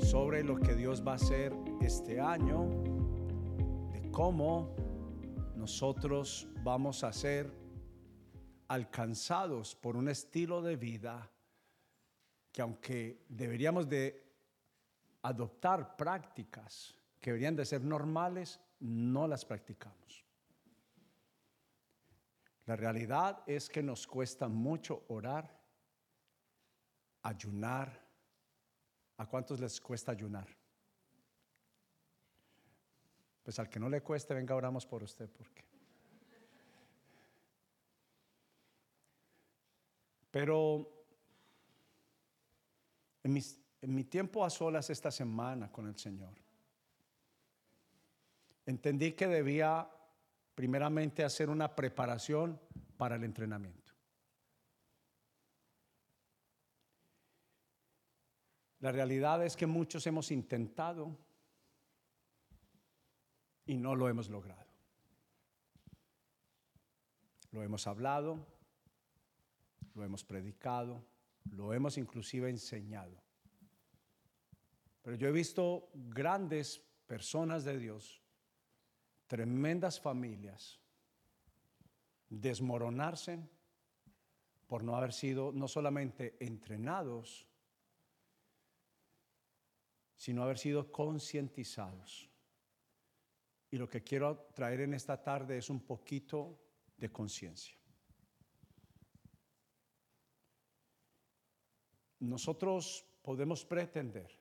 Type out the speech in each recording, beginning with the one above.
sobre lo que Dios va a hacer este año, de cómo nosotros vamos a ser alcanzados por un estilo de vida que, aunque deberíamos de adoptar prácticas que deberían de ser normales, no las practicamos. La realidad es que nos cuesta mucho orar, ayunar. ¿A cuántos les cuesta ayunar? Pues al que no le cueste, venga, oramos por usted, porque. Pero en mi tiempo a solas esta semana con el Señor, entendí que debía primeramente hacer una preparación para el entrenamiento. La realidad es que muchos hemos intentado y no lo hemos logrado. Lo hemos hablado, lo hemos predicado, lo hemos inclusive enseñado. Pero yo he visto grandes personas de Dios, tremendas familias, desmoronarse por no haber sido no solamente entrenados, sino haber sido concientizados. Y lo que quiero traer en esta tarde es un poquito de conciencia. Nosotros podemos pretender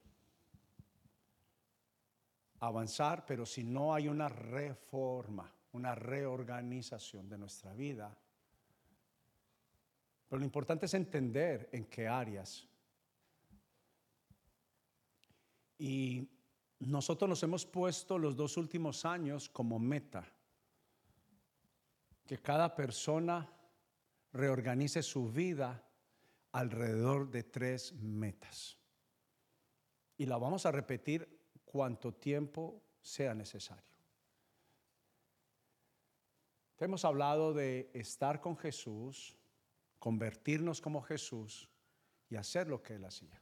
avanzar, pero si no hay una reforma, una reorganización de nuestra vida. Pero lo importante es entender en qué áreas. Y nosotros nos hemos puesto los 2 últimos años como meta que cada persona reorganice su vida alrededor de 3 metas. Y la vamos a repetir cuanto tiempo sea necesario. Hemos hablado de estar con Jesús, convertirnos como Jesús y hacer lo que Él hacía.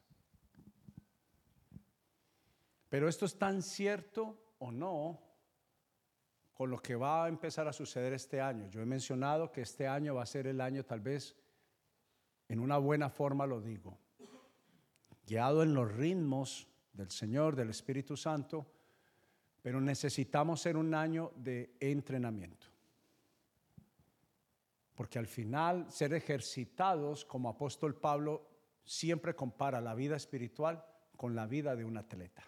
Pero esto es tan cierto o no con lo que va a empezar a suceder este año. Yo he mencionado que este año va a ser el año, tal vez en una buena forma lo digo, guiado en los ritmos del Señor, del Espíritu Santo, pero necesitamos ser un año de entrenamiento. Porque al final ser ejercitados, como apóstol Pablo siempre compara la vida espiritual con la vida de un atleta.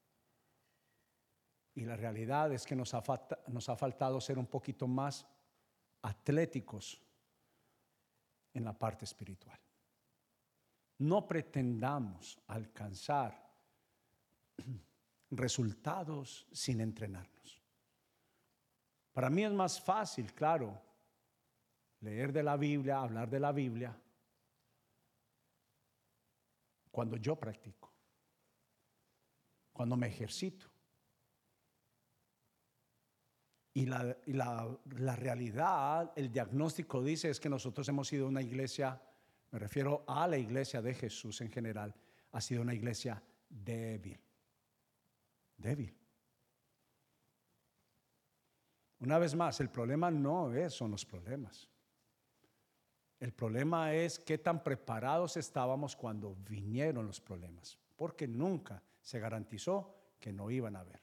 Y la realidad es que nos ha faltado ser un poquito más atléticos en la parte espiritual. No pretendamos alcanzar resultados sin entrenarnos. Para mí es más fácil, claro, leer de la Biblia, hablar de la Biblia, cuando yo practico, cuando me ejercito. Y la realidad, el diagnóstico dice es que nosotros hemos sido una iglesia, me refiero a la iglesia de Jesús en general, ha sido una iglesia débil. Débil. Una vez más, el problema no son los problemas. El problema es qué tan preparados estábamos cuando vinieron los problemas, porque nunca se garantizó que no iban a haber.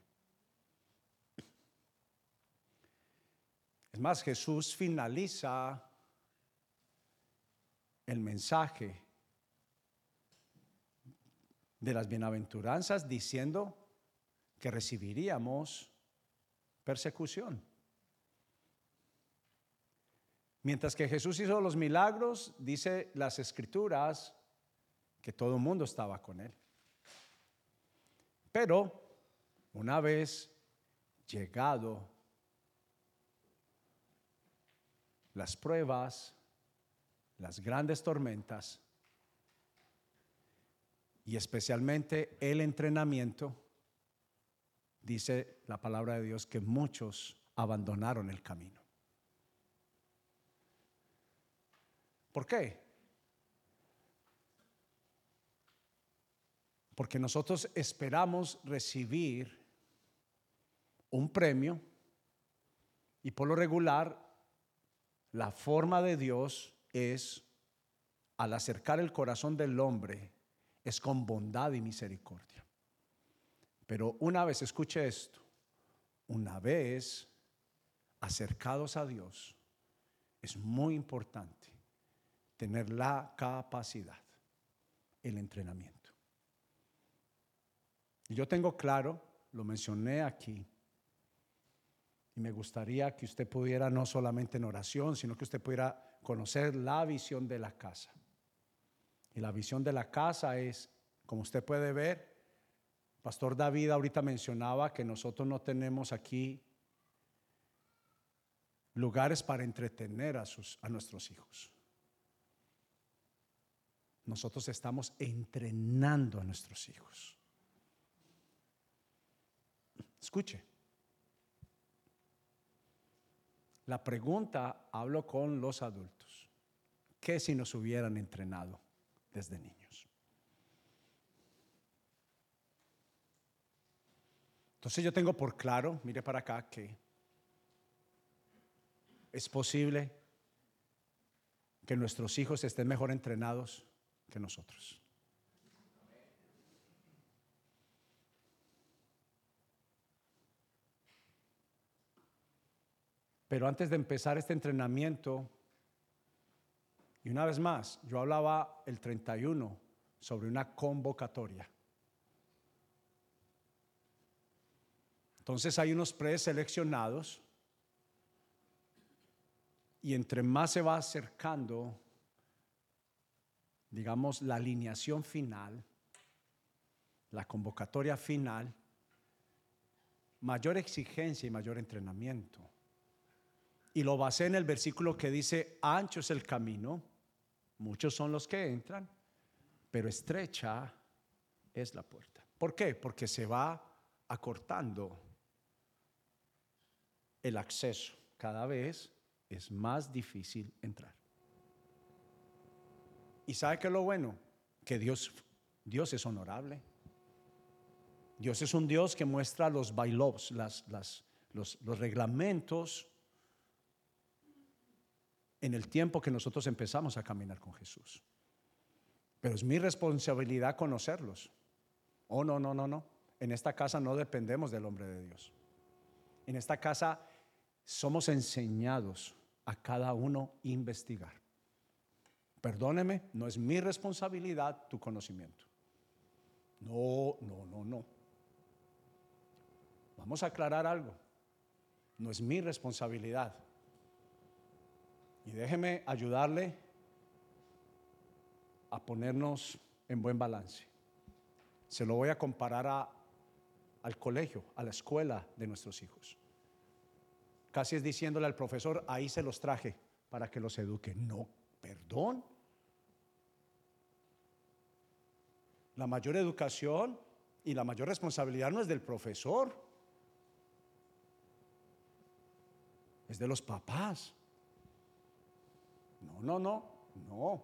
Es más, Jesús finaliza el mensaje de las bienaventuranzas diciendo que recibiríamos persecución. Mientras que Jesús hizo los milagros, dice las Escrituras que todo el mundo estaba con Él. Pero una vez llegado las pruebas, las grandes tormentas y especialmente el entrenamiento, dice la palabra de Dios que muchos abandonaron el camino. ¿Por qué? Porque nosotros esperamos recibir un premio y por lo regular la forma de Dios es, al acercar el corazón del hombre, es con bondad y misericordia. Pero una vez, escuche esto, una vez acercados a Dios, es muy importante tener la capacidad, el entrenamiento. Y yo tengo claro, lo mencioné aquí, y me gustaría que usted pudiera, no solamente en oración, sino que usted pudiera conocer la visión de la casa. Y la visión de la casa es, como usted puede ver, Pastor David ahorita mencionaba que nosotros no tenemos aquí lugares para entretener a nuestros hijos. Nosotros estamos entrenando a nuestros hijos. Escuche. La pregunta, hablo con los adultos. ¿Qué si nos hubieran entrenado desde niños? Entonces yo tengo por claro, mire para acá, que es posible que nuestros hijos estén mejor entrenados que nosotros. Pero antes de empezar este entrenamiento, y una vez más, yo hablaba el 31 sobre una convocatoria. Entonces hay unos preseleccionados y entre más se va acercando, digamos, la alineación final, la convocatoria final, mayor exigencia y mayor entrenamiento. Y lo basé en el versículo que dice: ancho es el camino, muchos son los que entran, pero estrecha es la puerta. ¿Por qué? Porque se va acortando el acceso. Cada vez es más difícil entrar. ¿Y sabe qué es lo bueno? Que Dios es honorable. Dios es un Dios que muestra los bylaws, los reglamentos en el tiempo que nosotros empezamos a caminar con Jesús. Pero es mi responsabilidad conocerlos. Oh, no. En esta casa no dependemos del hombre de Dios. En esta casa somos enseñados a cada uno investigar. Perdóneme, no es mi responsabilidad tu conocimiento. No. Vamos a aclarar algo. No es mi responsabilidad. Y déjeme ayudarle a ponernos en buen balance. Se lo voy a comparar al colegio, a la escuela de nuestros hijos. Casi es diciéndole al profesor: ahí se los traje para que los eduque. No, perdón. La mayor educación y la mayor responsabilidad no es del profesor, es de los papás. No.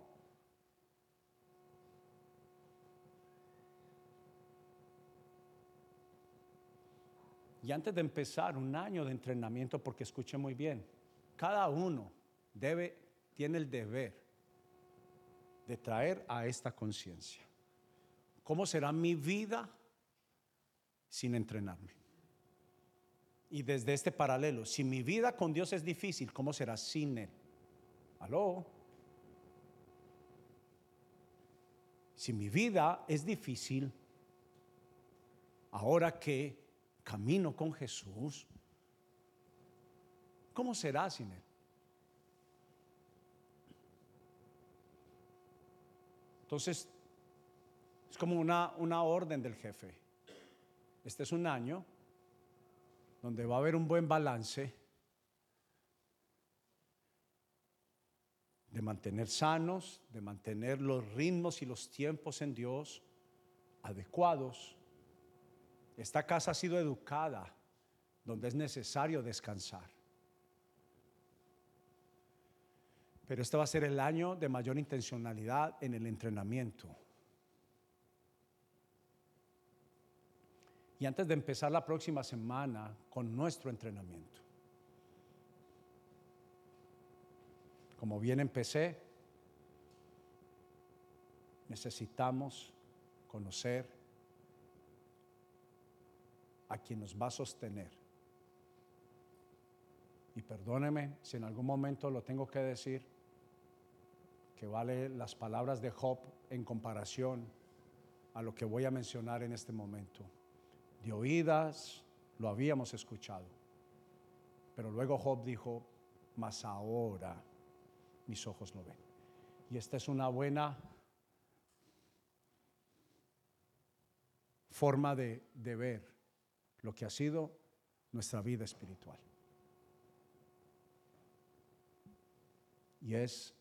Y antes de empezar un año de entrenamiento, porque escuche muy bien, cada uno tiene el deber de traer a esta conciencia: ¿cómo será mi vida sin entrenarme? Y desde este paralelo, si mi vida con Dios es difícil, ¿cómo será sin Él? ¿Aló? Si mi vida es difícil, ahora que camino con Jesús, ¿cómo será sin Él? Entonces, es como una orden del jefe. Este es un año donde va a haber un buen balance de mantener sanos, de mantener los ritmos y los tiempos en Dios adecuados. Esta casa ha sido educada donde es necesario descansar. Pero este va a ser el año de mayor intencionalidad en el entrenamiento. Y antes de empezar la próxima semana con nuestro entrenamiento, como bien empecé, necesitamos conocer a quien nos va a sostener. Y perdóneme si en algún momento lo tengo que decir, que vale las palabras de Job en comparación a lo que voy a mencionar en este momento. De oídas lo habíamos escuchado, pero luego Job dijo: mas ahora mis ojos lo ven. Y esta es una buena forma de ver lo que ha sido nuestra vida espiritual. Y es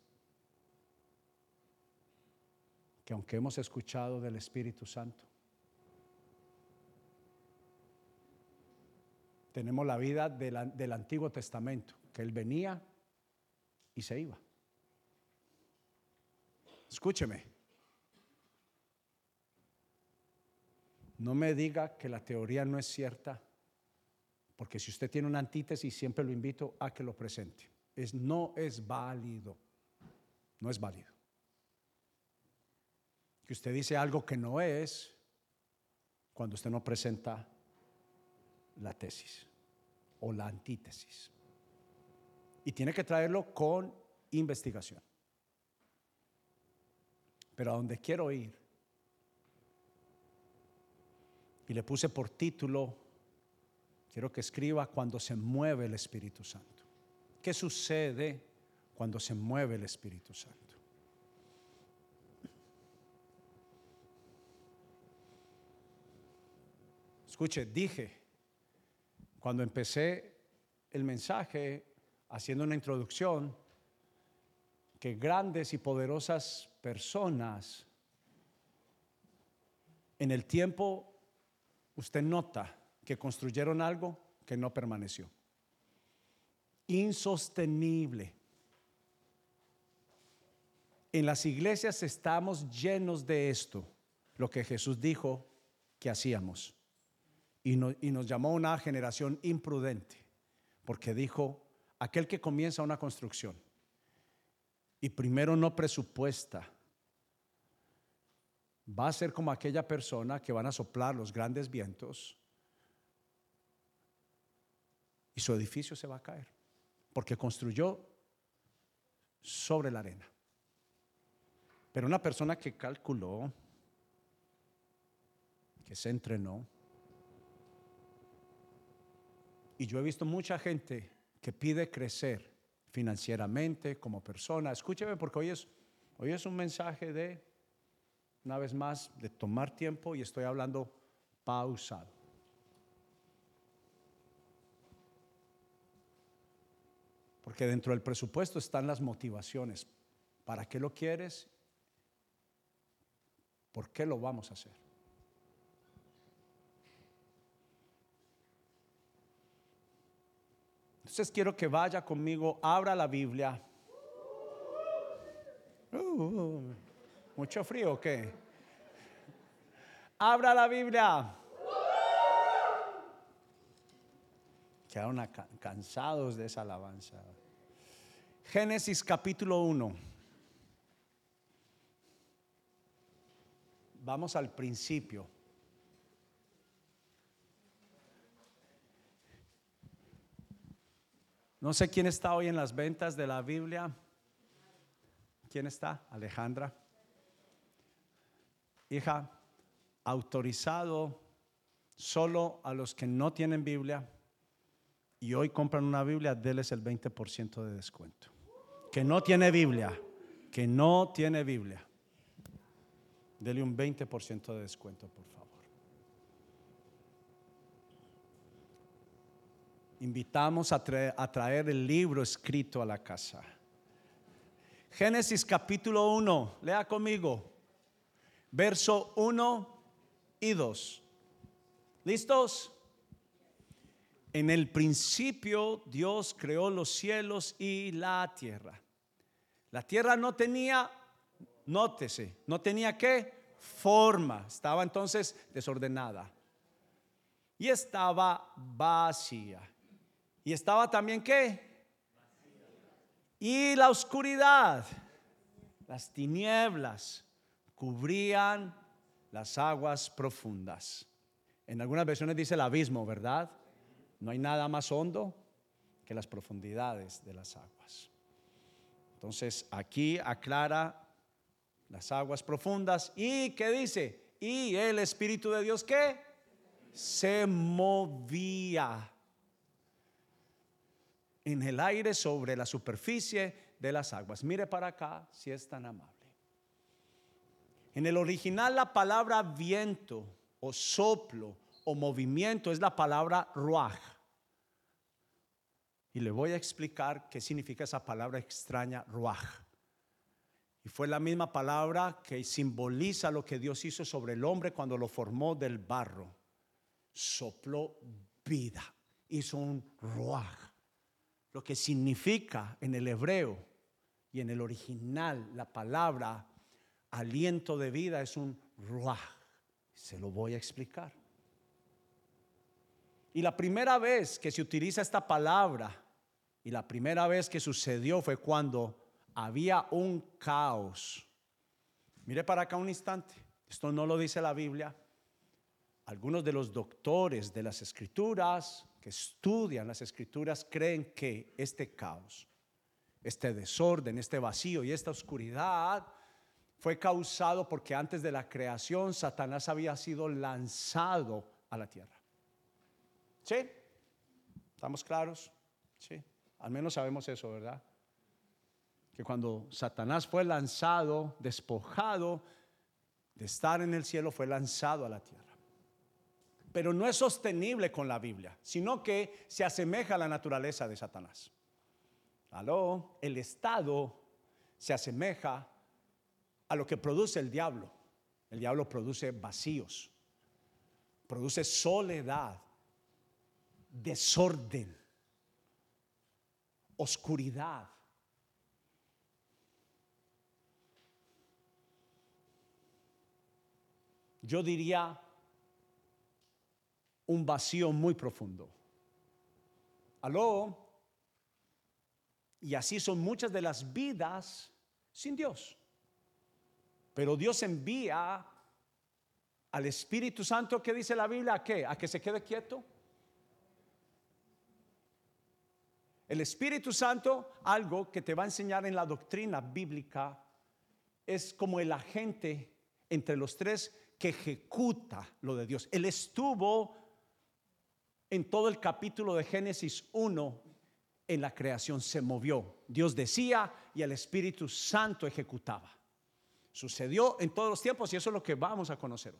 que aunque hemos escuchado del Espíritu Santo, tenemos la vida del Antiguo Testamento, que Él venía y se iba. Escúcheme, no me diga que la teoría no es cierta, porque si usted tiene una antítesis, siempre lo invito a que lo presente. No es válido, no es válido. Que usted dice algo que no es cuando usted no presenta la tesis o la antítesis. Y tiene que traerlo con investigación. Pero a donde quiero ir, y le puse por título, quiero que escriba: cuando se mueve el Espíritu Santo. ¿Qué sucede cuando se mueve el Espíritu Santo? Escuche, dije cuando empecé el mensaje, haciendo una introducción, que grandes y poderosas personas en el tiempo, usted nota que construyeron algo que no permaneció. Insostenible. En las iglesias estamos llenos de esto, lo que Jesús dijo que hacíamos. Y nos llamó una generación imprudente, porque dijo: aquel que comienza una construcción y primero no presupuesta, va a ser como aquella persona que van a soplar los grandes vientos y su edificio se va a caer, porque construyó sobre la arena. Pero una persona que calculó, que se entrenó, y yo he visto mucha gente que pide crecer financieramente como persona. Escúcheme, porque hoy es un mensaje de, una vez más, de tomar tiempo, y estoy hablando pausado. Porque dentro del presupuesto están las motivaciones. ¿Para qué lo quieres? ¿Por qué lo vamos a hacer? Entonces quiero que vaya conmigo, abra la Biblia. ¿Mucho frío o qué? Abra la Biblia. Quedaron cansados de esa alabanza. Génesis capítulo 1. Vamos al principio. No sé quién está hoy en las ventas de la Biblia. ¿Quién está? Alejandra. Hija, autorizado solo a los que no tienen Biblia y hoy compran una Biblia, denles el 20% de descuento. Que no tiene Biblia, que no tiene Biblia, dele un 20% de descuento, por favor. Invitamos a traer el libro escrito a la casa. Génesis capítulo 1, lea conmigo, verso 1 y 2. ¿Listos? En el principio Dios creó los cielos y la tierra. La tierra no tenía, nótese, no tenía ¿qué? Forma, estaba entonces desordenada. y estaba vacía. ¿Y estaba también qué? Y la oscuridad, las tinieblas cubrían las aguas profundas. En algunas versiones dice el abismo, ¿verdad? No hay nada más hondo que las profundidades de las aguas. Entonces aquí aclara las aguas profundas. ¿Y qué dice? Y el Espíritu de Dios, ¿qué? Se movía en el aire sobre la superficie de las aguas. Mire para acá si es tan amable. En el original la palabra viento o soplo o movimiento es la palabra ruaj. Y le voy a explicar qué significa esa palabra extraña, ruaj. Y fue la misma palabra que simboliza lo que Dios hizo sobre el hombre cuando lo formó del barro. Sopló vida, hizo un ruaj. Lo que significa en el hebreo y en el original la palabra aliento de vida es un ruaj. Se lo voy a explicar. Y la primera vez que se utiliza esta palabra y la primera vez que sucedió fue cuando había un caos. Mire para acá un instante. Esto no lo dice la Biblia. Algunos de los doctores de las escrituras que estudian las escrituras creen que este caos, este desorden, este vacío y esta oscuridad fue causado porque antes de la creación Satanás había sido lanzado a la tierra. ¿Sí? ¿Estamos claros? Sí. Al menos sabemos eso, ¿verdad? Que cuando Satanás fue lanzado, despojado de estar en el cielo, fue lanzado a la tierra. Pero no es sostenible con la Biblia, sino que se asemeja a la naturaleza de Satanás. ¿Aló? El estado se asemeja a lo que produce el diablo. El diablo produce vacíos, produce soledad, desorden, oscuridad. Yo diría un vacío muy profundo. ¿Aló? Y así son muchas de las vidas sin Dios. Pero Dios envía al Espíritu Santo, ¿qué dice la Biblia? ¿A qué? ¿A que se quede quieto? El Espíritu Santo, algo que te va a enseñar en la doctrina bíblica, es como el agente entre los tres que ejecuta lo de Dios. Él estuvo en todo el capítulo de Génesis 1 en la creación, se movió. Dios decía y el Espíritu Santo ejecutaba. Sucedió en todos los tiempos y eso es lo que vamos a conocer hoy.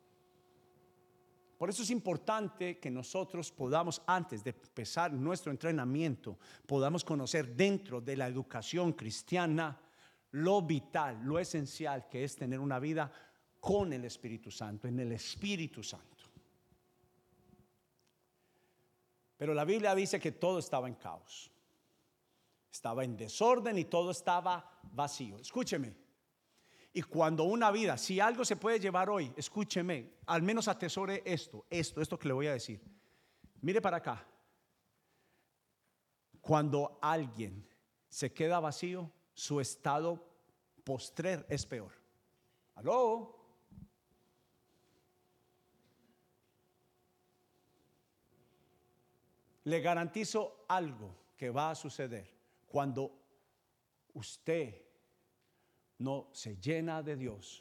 Por eso es importante que nosotros podamos, antes de empezar nuestro entrenamiento, podamos conocer dentro de la educación cristiana lo vital, lo esencial que es tener una vida con el Espíritu Santo, en el Espíritu Santo. Pero la Biblia dice que todo estaba en caos, estaba en desorden y todo estaba vacío. Escúcheme. Y cuando una vida, si algo se puede llevar hoy, escúcheme, al menos atesore esto que le voy a decir. Mire para acá. Cuando alguien se queda vacío, su estado postrer es peor. ¿Aló? Le garantizo algo que va a suceder cuando usted no se llena de Dios.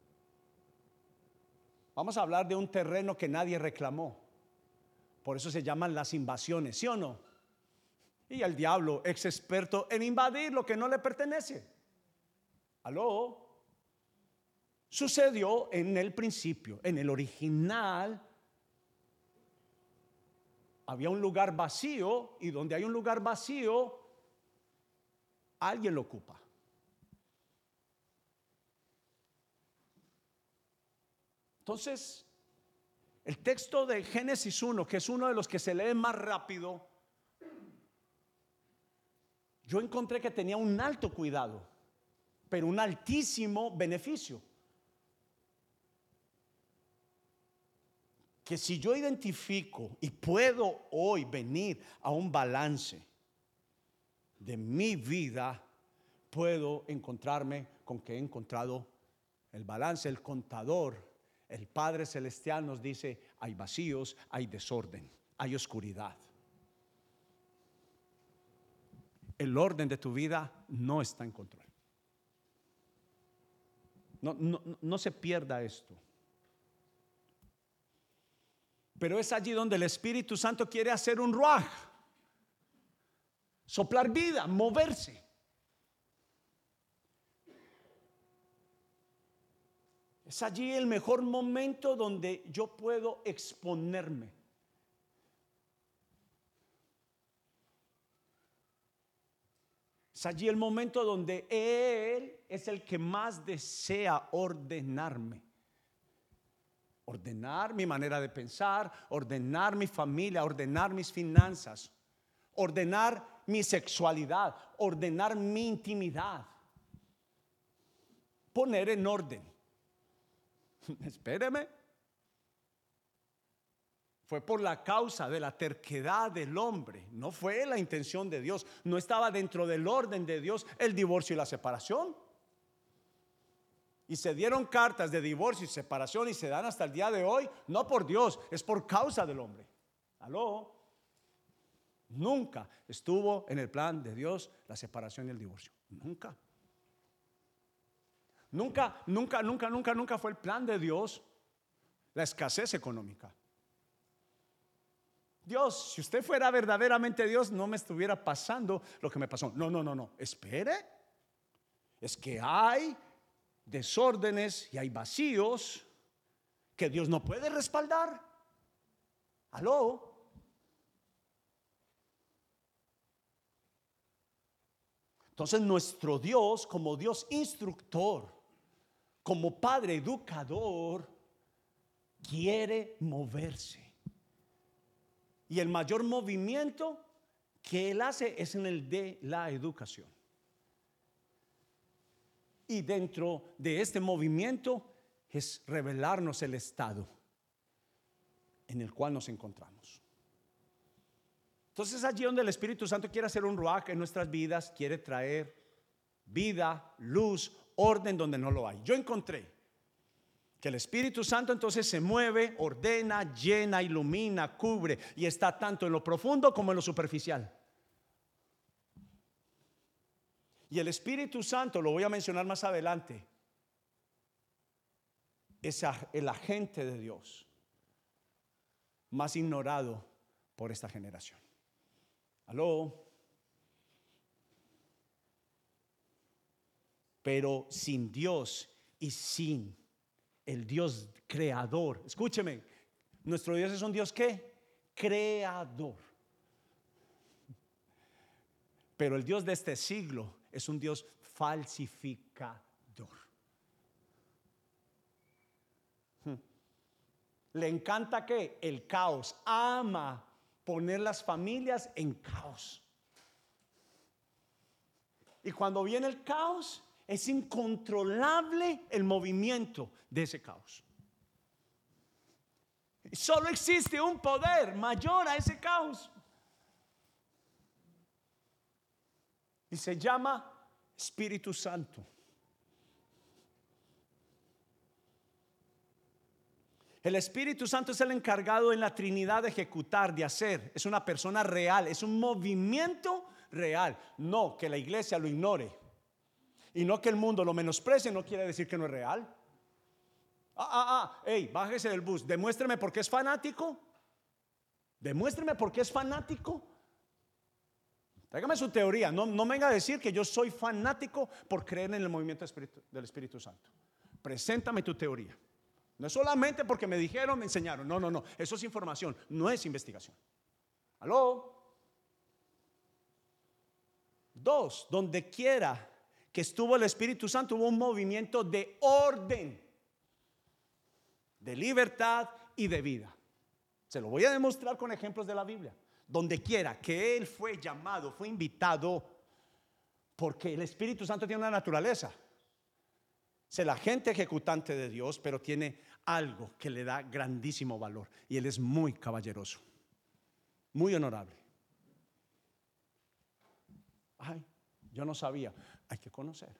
Vamos a hablar de un terreno que nadie reclamó. Por eso se llaman las invasiones, ¿sí o no? Y el diablo es experto en invadir lo que no le pertenece. ¿Aló? Sucedió en el principio, en el original. Había un lugar vacío y donde hay un lugar vacío, alguien lo ocupa. Entonces, el texto de Génesis 1, que es uno de los que se lee más rápido, yo encontré que tenía un alto cuidado, pero un altísimo beneficio. que si yo identifico y puedo hoy venir a un balance de mi vida, puedo encontrarme con que he encontrado el balance. El contador, el Padre Celestial nos dice: hay vacíos, hay desorden, hay oscuridad. El orden de tu vida no está en control. No se pierda esto. Pero es allí donde el Espíritu Santo quiere hacer un ruaj, soplar vida, moverse. Es allí el mejor momento donde yo puedo exponerme. Es allí el momento donde Él es el que más desea ordenarme. Ordenar mi manera de pensar, ordenar mi familia, ordenar mis finanzas, ordenar mi sexualidad, ordenar mi intimidad. Poner en orden. Espéreme. Fue por la causa de la terquedad del hombre, no fue la intención de Dios. No estaba dentro del orden de Dios el divorcio y la separación. Y se dieron cartas de divorcio y separación y se dan hasta el día de hoy, no por Dios, es por causa del hombre. ¿Aló? Nunca estuvo en el plan de Dios la separación y el divorcio. Nunca. Nunca fue el plan de Dios la escasez económica. Dios, si usted fuera verdaderamente Dios, no me estuviera pasando lo que me pasó. No. Espere. Es que hay desórdenes y hay vacíos que Dios no puede respaldar. ¿Aló? Entonces nuestro Dios, como Dios instructor, como Padre educador, quiere moverse. Y el mayor movimiento que Él hace es en el de la educación. Y dentro de este movimiento es revelarnos el estado en el cual nos encontramos. Entonces allí donde el Espíritu Santo quiere hacer un ruaj en nuestras vidas, quiere traer vida, luz, orden donde no lo hay. Yo encontré que el Espíritu Santo entonces se mueve, ordena, llena, ilumina, cubre y está tanto en lo profundo como en lo superficial. Y el Espíritu Santo, lo voy a mencionar más adelante, es el agente de Dios más ignorado por esta generación. ¿Aló? Pero sin Dios y sin el Dios creador, escúcheme, nuestro Dios es un Dios ¿qué? Creador. Pero el Dios de este siglo es un Dios falsificador. Le encanta ¿qué? El caos. Ama poner las familias en caos. Y cuando viene el caos, es incontrolable el movimiento de ese caos. Solo existe un poder mayor a ese caos. Y se llama Espíritu Santo. El Espíritu Santo es el encargado en la Trinidad de ejecutar, de hacer. Es una persona real, es un movimiento real. No que la iglesia lo ignore y no que el mundo lo menosprecie, no quiere decir que no es real. Hey, bájese del bus, demuéstreme por qué es fanático. Demuéstreme por qué es fanático. Tráigame su teoría. No me venga a decir que yo soy fanático por creer en el movimiento del Espíritu Santo. Preséntame tu teoría. No es solamente porque me dijeron, me enseñaron. No. Eso es información, no es investigación. ¿Aló? 2, donde quiera que estuvo el Espíritu Santo hubo un movimiento de orden, de libertad y de vida. Se lo voy a demostrar con ejemplos de la Biblia. Donde quiera que Él fue llamado, fue invitado, porque el Espíritu Santo tiene una naturaleza. Es el agente ejecutante de Dios, pero tiene algo que le da grandísimo valor, y Él es muy caballeroso, muy honorable. Ay, yo no sabía. Hay que conocer.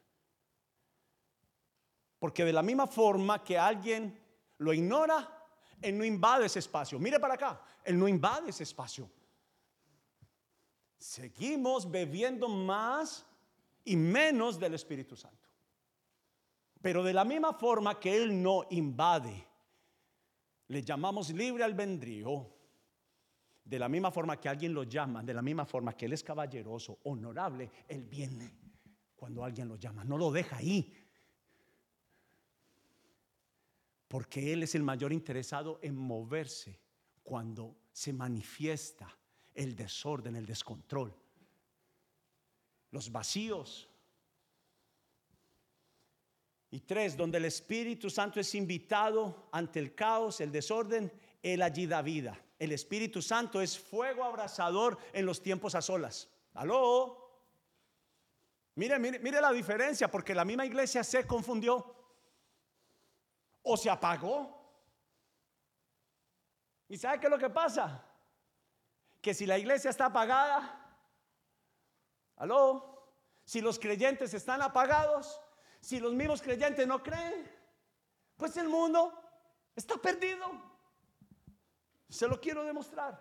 Porque de la misma forma que alguien lo ignora, Él no invade ese espacio. Mire para acá, Él no invade ese espacio. Seguimos bebiendo más y menos del Espíritu Santo. Pero de la misma forma que Él no invade, le llamamos libre albedrío. De la misma forma que alguien lo llama, de la misma forma que Él es caballeroso, honorable, Él viene cuando alguien lo llama, no lo deja ahí. Porque Él es el mayor interesado en moverse cuando se manifiesta el desorden, el descontrol, los vacíos. Y 3, donde el Espíritu Santo es invitado ante el caos, el desorden, Él allí da vida. El Espíritu Santo es fuego abrasador en los tiempos a solas. ¿Aló? Mire la diferencia, porque la misma iglesia se confundió o se apagó. ¿Y sabe qué es lo que pasa? Que si la iglesia está apagada, ¿aló? Si los creyentes están apagados, si los mismos creyentes no creen, pues el mundo está perdido. Se lo quiero demostrar.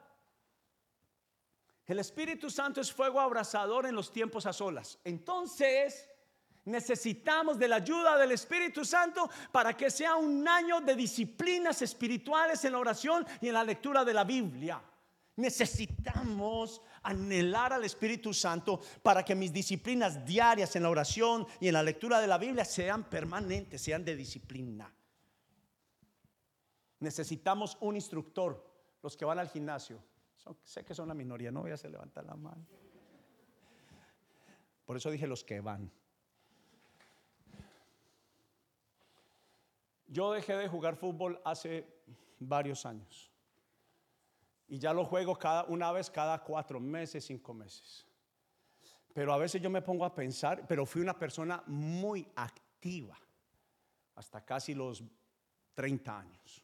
El Espíritu Santo es fuego abrasador en los tiempos a solas. Entonces necesitamos de la ayuda del Espíritu Santo para que sea un año de disciplinas espirituales en la oración y en la lectura de la Biblia. Necesitamos anhelar al Espíritu Santo para que mis disciplinas diarias en la oración y en la lectura de la Biblia sean permanentes, sean de disciplina. Necesitamos un instructor. Los que van al gimnasio, sé que son la minoría, no voy a hacer levantar la mano. Por eso dije los que van. Yo dejé de jugar fútbol hace varios años. Y ya lo juego una vez cada 4 meses, 5 meses. Pero a veces yo me pongo a pensar, pero fui una persona muy activa hasta casi los 30 años.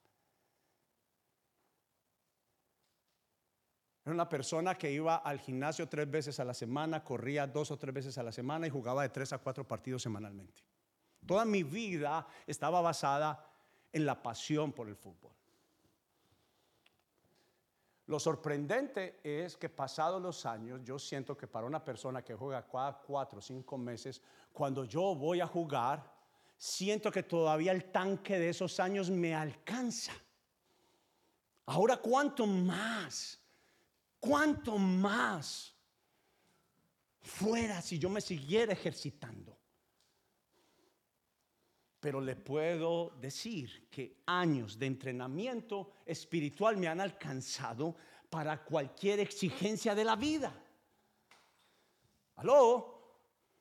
Era una persona que iba al gimnasio 3 veces a la semana, corría 2 o 3 veces a la semana y jugaba de 3 a 4 partidos semanalmente. Toda mi vida estaba basada en la pasión por el fútbol. Lo sorprendente es que pasados los años, yo siento que para una persona que juega cada 4 o 5 meses, cuando yo voy a jugar, siento que todavía el tanque de esos años me alcanza. Ahora, ¿cuánto más fuera si yo me siguiera ejercitando? Pero le puedo decir que años de entrenamiento espiritual me han alcanzado para cualquier exigencia de la vida. ¿Aló?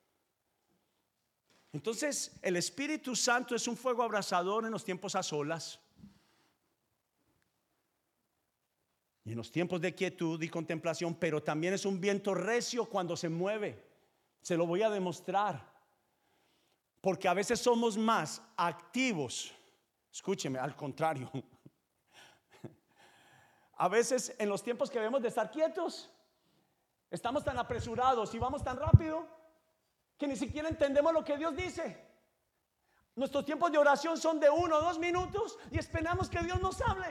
Entonces, el Espíritu Santo es un fuego abrasador en los tiempos a solas. Y en los tiempos de quietud y contemplación, pero también es un viento recio cuando se mueve. Se lo voy a demostrar. Porque a veces somos más activos. Escúcheme, al contrario. A veces en los tiempos que debemos de estar quietos, estamos tan apresurados y vamos tan rápido que ni siquiera entendemos lo que Dios dice. Nuestros tiempos de oración son de 1 o 2 minutos y esperamos que Dios nos hable.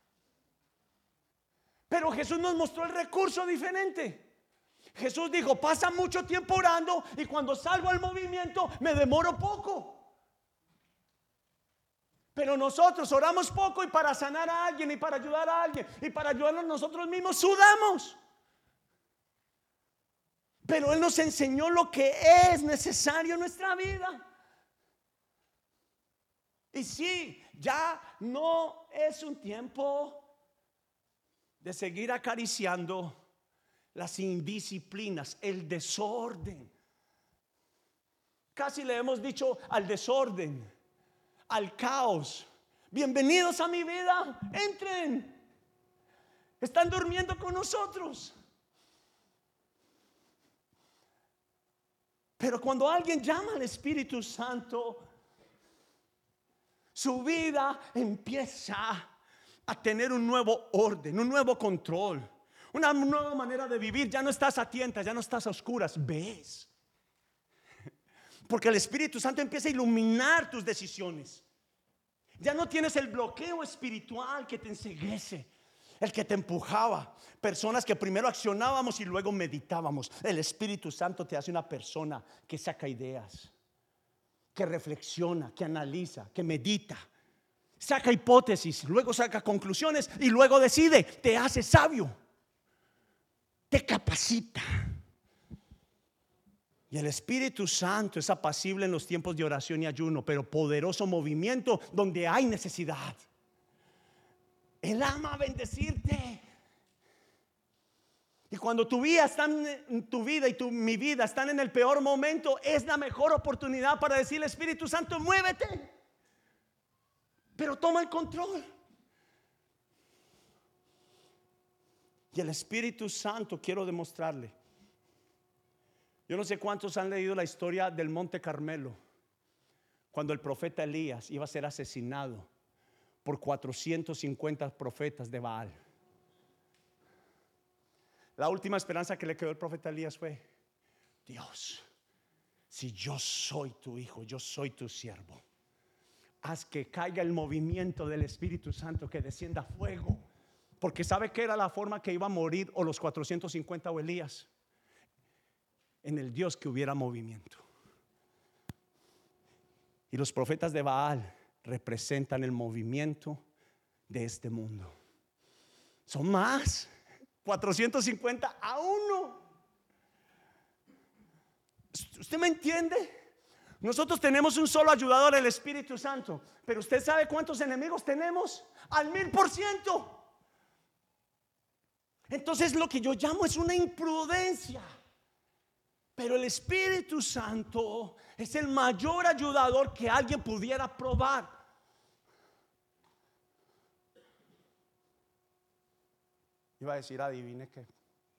Pero Jesús nos mostró el recurso diferente. Jesús dijo: pasa mucho tiempo orando y cuando salgo al movimiento me demoro poco. Pero nosotros oramos poco y para sanar a alguien y para ayudar a alguien y para ayudarnos nosotros mismos sudamos. Pero Él nos enseñó lo que es necesario en nuestra vida. Y sí, ya no es un tiempo de seguir acariciando las indisciplinas, el desorden. Casi le hemos dicho al desorden, al caos: bienvenidos a mi vida, entren. Están durmiendo con nosotros. Pero cuando alguien llama al Espíritu Santo, su vida empieza a tener un nuevo orden, un nuevo control, una nueva manera de vivir. Ya no estás a tientas, ya no estás a oscuras, ves. Porque el Espíritu Santo empieza a iluminar tus decisiones. Ya no tienes el bloqueo espiritual que te enceguece, el que te empujaba. Personas que primero accionábamos y luego meditábamos. El Espíritu Santo te hace una persona que saca ideas, que reflexiona, que analiza, que medita, saca hipótesis, luego saca conclusiones y luego decide. Te hace sabio, te capacita. Y el Espíritu Santo es apacible en los tiempos de oración y ayuno, pero poderoso movimiento donde hay necesidad. Él ama bendecirte. Y cuando tu vida y mi vida están en el peor momento, es la mejor oportunidad para decirle: Espíritu Santo, muévete, pero toma el control. Y el Espíritu Santo, quiero demostrarle. Yo no sé cuántos han leído la historia del Monte Carmelo, cuando el profeta Elías iba a ser asesinado por 450 profetas de Baal. La última esperanza que le quedó el profeta Elías fue: Dios, si yo soy tu hijo, yo soy tu siervo, haz que caiga el movimiento del Espíritu Santo, que descienda fuego. Porque sabe que era la forma que iba a morir o los 450 o Elías, en el Dios que hubiera movimiento. Y los profetas de Baal representan el movimiento de este mundo. Son más, 450 a uno. ¿Usted me entiende? Nosotros tenemos un solo ayudador, el Espíritu Santo. Pero usted sabe cuántos enemigos tenemos, al 1000%. Entonces lo que yo llamo es una imprudencia. Pero el Espíritu Santo es el mayor ayudador que alguien pudiera probar. Iba a decir adivine qué,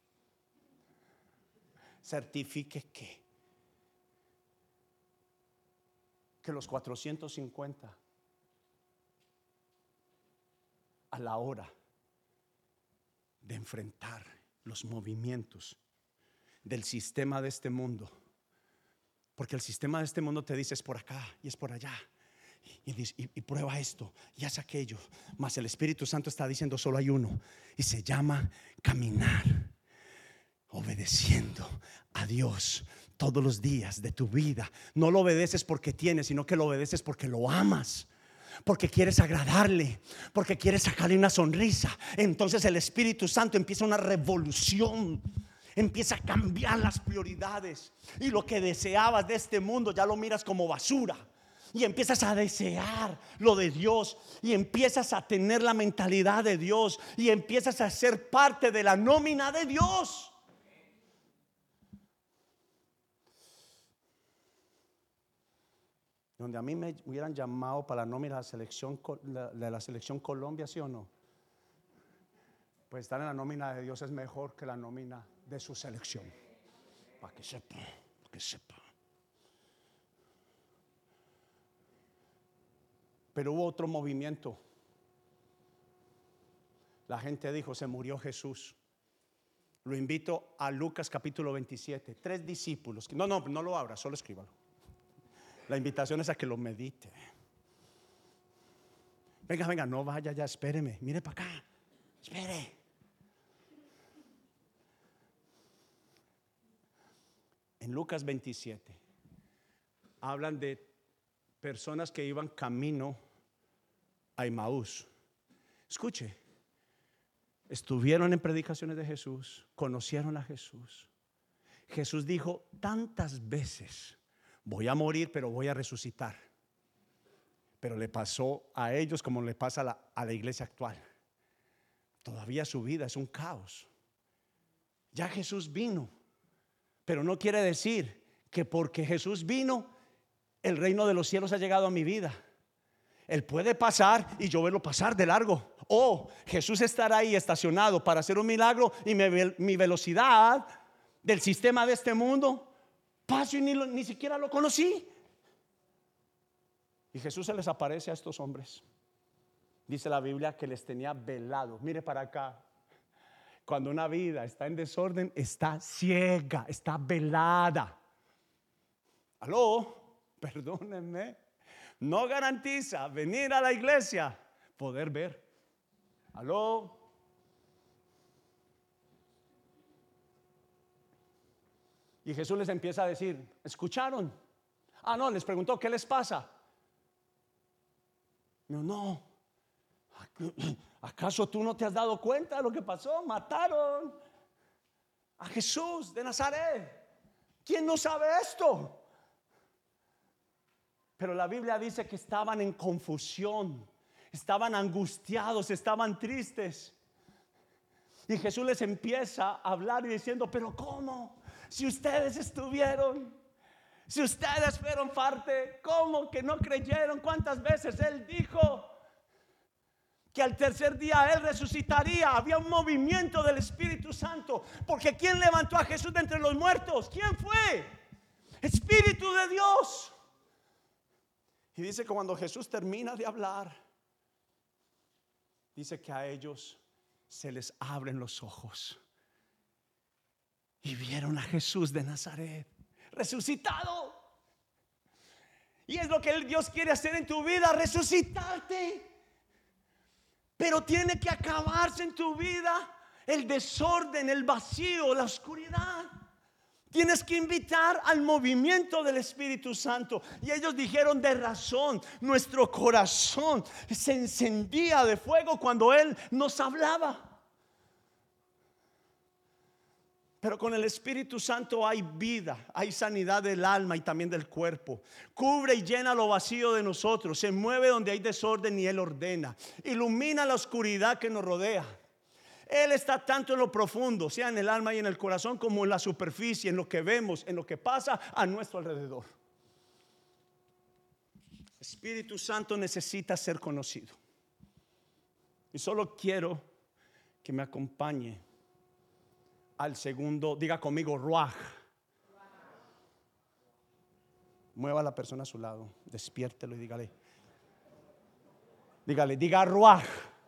certifique qué, que los 450 a la hora de enfrentar los movimientos del sistema de este mundo, porque el sistema de este mundo te dice: es por acá y es por allá, y prueba esto y haz aquello, mas el Espíritu Santo está diciendo: solo hay uno, y se llama caminar obedeciendo a Dios todos los días de tu vida. No lo obedeces porque tienes, sino que lo obedeces porque lo amas, porque quieres agradarle, porque quieres sacarle una sonrisa. Entonces el Espíritu Santo empieza una revolución, empieza a cambiar las prioridades, y lo que deseabas de este mundo ya lo miras como basura, y empiezas a desear lo de Dios, y empiezas a tener la mentalidad de Dios, y empiezas a ser parte de la nómina de Dios. Donde a mí me hubieran llamado para la nómina de la selección Colombia, ¿sí o no? Pues estar en la nómina de Dios es mejor que la nómina de su selección. Para que sepa, para que sepa. Pero hubo otro movimiento. La gente dijo: se murió Jesús. Lo invito a Lucas capítulo 27. 3 discípulos. No lo abra, solo escríbalo. La invitación es a que lo medite. Venga, no vaya ya, espéreme. Mire para acá, espere. En Lucas 27 hablan de personas que iban camino a Emaús. Escuche, estuvieron en predicaciones de Jesús, conocieron a Jesús. Jesús dijo tantas veces: voy a morir, pero voy a resucitar. Pero le pasó a ellos como le pasa a la iglesia actual. Todavía su vida es un caos. Ya Jesús vino, pero no quiere decir que porque Jesús vino, el reino de los cielos ha llegado a mi vida. Él puede pasar y yo verlo pasar de largo. O Jesús estará ahí estacionado para hacer un milagro, y mi velocidad del sistema de este mundo paso y ni siquiera lo conocí. Y Jesús se les aparece a estos hombres. Dice la Biblia que les tenía velado. Mire para acá. Cuando una vida está en desorden, está ciega, está velada. Aló, perdónenme. No garantiza venir a la iglesia poder ver. Aló. Y Jesús les empieza a decir, ¿escucharon? No, les preguntó, ¿qué les pasa? No, ¿acaso tú no te has dado cuenta de lo que pasó? Mataron a Jesús de Nazaret. ¿Quién no sabe esto? Pero la Biblia dice que estaban en confusión, estaban angustiados, estaban tristes. Y Jesús les empieza a hablar y diciendo, pero ¿cómo? Si ustedes estuvieron, si ustedes fueron parte, ¿cómo que no creyeron? ¿Cuántas veces Él dijo que al tercer día Él resucitaría? Había un movimiento del Espíritu Santo. Porque ¿quién levantó a Jesús de entre los muertos? ¿Quién fue? Espíritu de Dios. Y dice que cuando Jesús termina de hablar, dice que a ellos se les abren los ojos y vieron a Jesús de Nazaret resucitado. Y es lo que Dios quiere hacer en tu vida, resucitarte. Pero tiene que acabarse en tu vida el desorden, el vacío, la oscuridad. Tienes que invitar al movimiento del Espíritu Santo. Y ellos dijeron, de razón, nuestro corazón se encendía de fuego cuando Él nos hablaba. Pero con el Espíritu Santo hay vida, hay sanidad del alma y también del cuerpo. Cubre y llena lo vacío de nosotros. Se mueve donde hay desorden y Él ordena. Ilumina la oscuridad que nos rodea. Él está tanto en lo profundo, sea en el alma y en el corazón, como en la superficie, en lo que vemos, en lo que pasa a nuestro alrededor. El Espíritu Santo necesita ser conocido. Y solo quiero que me acompañe al segundo, diga conmigo, ruaj. Mueva a la persona a su lado, despiértelo y dígale, diga ruaj.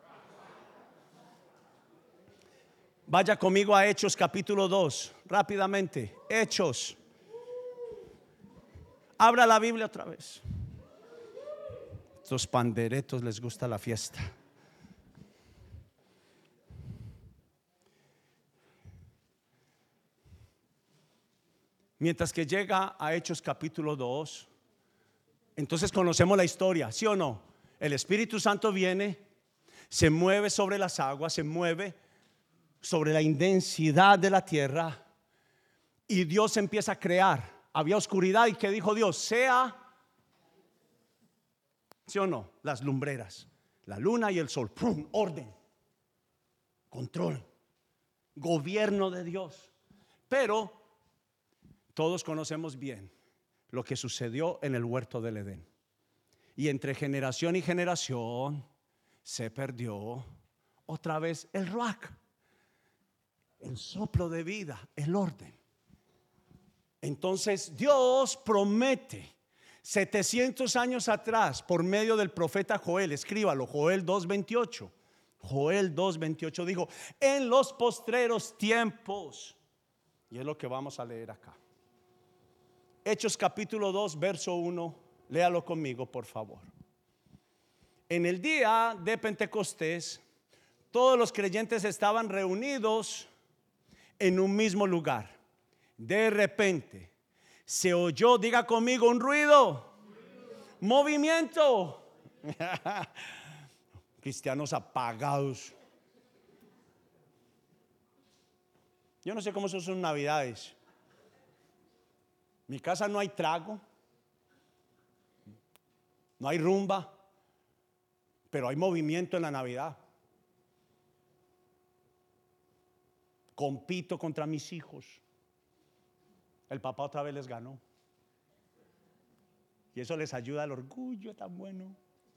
Vaya conmigo a Hechos capítulo 2, rápidamente. Hechos. Abra la Biblia otra vez. Estos panderetos les gusta la fiesta. Mientras que llega a Hechos capítulo 2, entonces conocemos la historia, ¿sí o no? El Espíritu Santo viene, se mueve sobre las aguas, se mueve sobre la inmensidad de la tierra y Dios empieza a crear. Había oscuridad y ¿qué dijo Dios? Sea, ¿sí o no? Las lumbreras, la luna y el sol. ¡Pum! Orden, control, gobierno de Dios. Pero todos conocemos bien lo que sucedió en el huerto del Edén. Y entre generación y generación se perdió otra vez el ruach, el soplo de vida, el orden. Entonces Dios promete 700 años atrás por medio del profeta Joel, escríbalo, Joel 2:28. Joel 2:28 dijo, en los postreros tiempos. Y es lo que vamos a leer acá. Hechos capítulo 2 verso 1, léalo conmigo por favor. En el día de Pentecostés, todos los creyentes estaban reunidos en un mismo lugar. De repente se oyó, diga conmigo, un ruido. Movimiento. Cristianos apagados. Yo no sé cómo son sus navidades. En mi casa no hay trago, no hay rumba, pero hay movimiento en la Navidad. Compito contra mis hijos. El papá otra vez les ganó. Y eso les ayuda al orgullo tan bueno.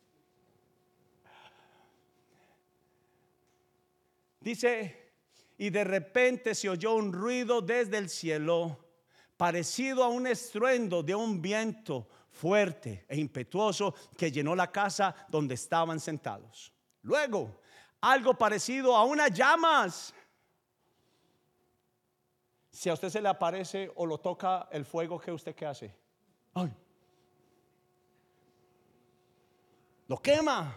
Dice, y de repente se oyó un ruido desde el cielo, parecido a un estruendo de un viento fuerte e impetuoso que llenó la casa donde estaban sentados. Luego, algo parecido a unas llamas. Si a usted se le aparece o lo toca el fuego, ¿qué hace? ¡Ay! Lo quema.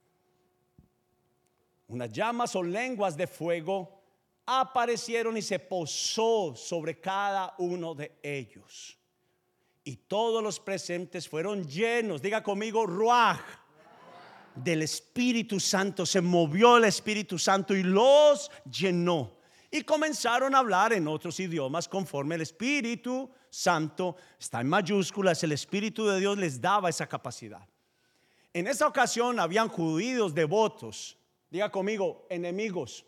Unas llamas o lenguas de fuego aparecieron y se posó sobre cada uno de ellos. Y todos los presentes fueron llenos, diga conmigo, ruaj, del Espíritu Santo. Se movió el Espíritu Santo y los llenó. Y comenzaron a hablar en otros idiomas conforme el Espíritu Santo, está en mayúsculas, el Espíritu de Dios les daba esa capacidad. En esa ocasión habían judíos devotos, diga conmigo, enemigos,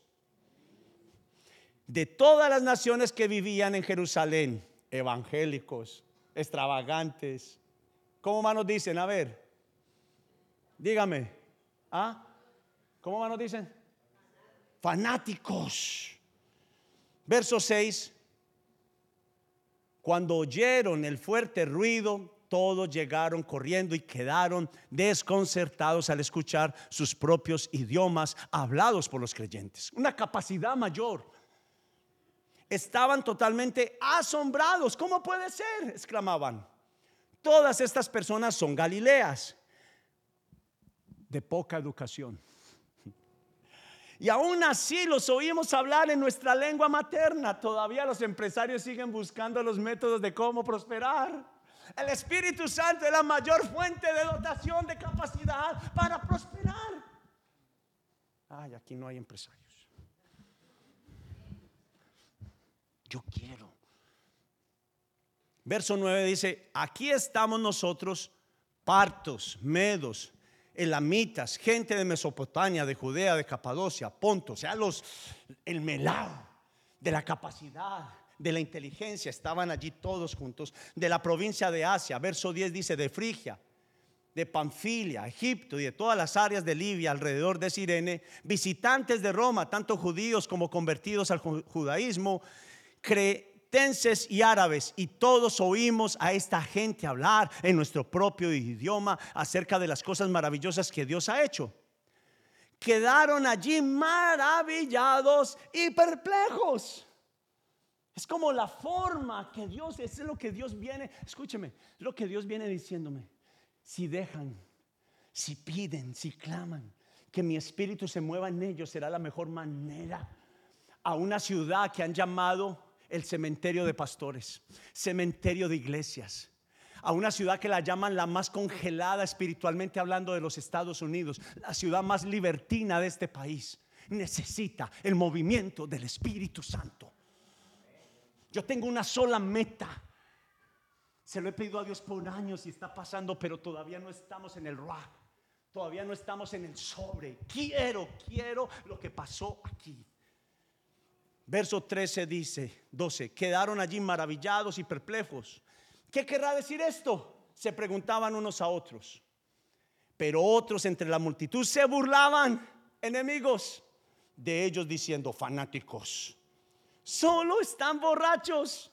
de todas las naciones que vivían en Jerusalén, evangélicos, extravagantes. ¿Cómo más nos dicen? A ver, dígame. ¿Cómo más nos dicen? Fanáticos. Verso 6. Cuando oyeron el fuerte ruido, todos llegaron corriendo y quedaron desconcertados al escuchar sus propios idiomas hablados por los creyentes. Una capacidad mayor. Estaban totalmente asombrados. ¿Cómo puede ser?, exclamaban. Todas estas personas son galileas, de poca educación. Y aún así los oímos hablar en nuestra lengua materna. Todavía los empresarios siguen buscando los métodos de cómo prosperar. El Espíritu Santo es la mayor fuente de dotación de capacidad para prosperar. Ay, aquí no hay empresarios. Yo quiero. Verso 9 dice: aquí estamos nosotros, partos, medos, elamitas, gente de Mesopotamia, de Judea, de Capadocia, Ponto, o sea, el melao de la capacidad, de la inteligencia, estaban allí todos juntos, de la provincia de Asia. Verso 10 dice: de Frigia, de Panfilia, Egipto y de todas las áreas de Libia alrededor de Cirene, visitantes de Roma, tanto judíos como convertidos al judaísmo, cretenses y árabes, y todos oímos a esta gente hablar en nuestro propio idioma acerca de las cosas maravillosas que Dios ha hecho. Quedaron allí maravillados y perplejos. Es como la forma que Dios, es lo que Dios viene, escúcheme, es lo que Dios viene diciéndome. Si dejan, si piden, si claman, que mi espíritu se mueva en ellos, será la mejor manera. A una ciudad que han llamado el cementerio de pastores, cementerio de iglesias, a una ciudad que la llaman la más congelada espiritualmente hablando de los Estados Unidos, la ciudad más libertina de este país, necesita el movimiento del Espíritu Santo. Yo tengo una sola meta. Se lo he pedido a Dios por años y está pasando, pero todavía no estamos en el ruaj, todavía no estamos en el sobre. Quiero lo que pasó aquí. Verso 13 dice, 12, quedaron allí maravillados y perplejos. ¿Qué querrá decir esto?, se preguntaban unos a otros. Pero otros entre la multitud se burlaban, enemigos de ellos, diciendo: fanáticos, solo están borrachos.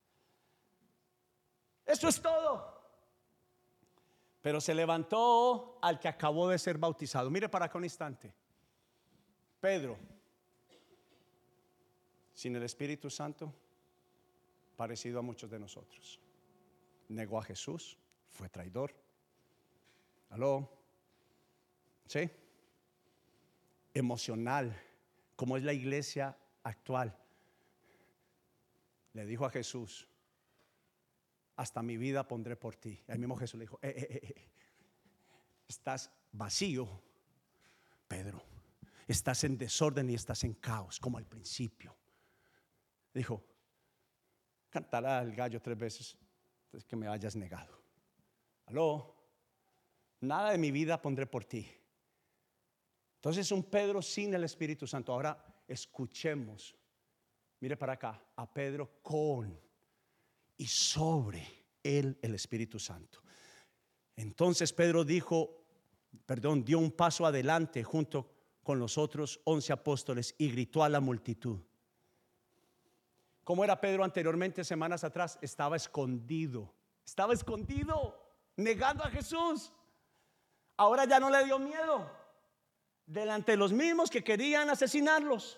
Eso es todo. Pero se levantó al que acabó de ser bautizado. Mire para acá un instante. Pedro, sin el Espíritu Santo, parecido a muchos de nosotros. Negó a Jesús, fue traidor. ¿Aló? ¿Sí? Emocional, como es la iglesia actual. Le dijo a Jesús: hasta mi vida pondré por ti. El mismo Jesús le dijo: estás vacío, Pedro. Estás en desorden y estás en caos, como al principio. Dijo: cantará el gallo 3 veces desde que me hayas negado. Aló, nada de mi vida pondré por ti. Entonces un Pedro sin el Espíritu Santo. Ahora escuchemos, mire para acá, a Pedro con y sobre él el Espíritu Santo. Entonces Pedro dio un paso adelante junto con los otros 11 apóstoles y gritó a la multitud. ¿Cómo era Pedro anteriormente, semanas atrás? Estaba escondido. Estaba escondido. negando a Jesús. Ahora ya no le dio miedo delante de los mismos que querían asesinarlos.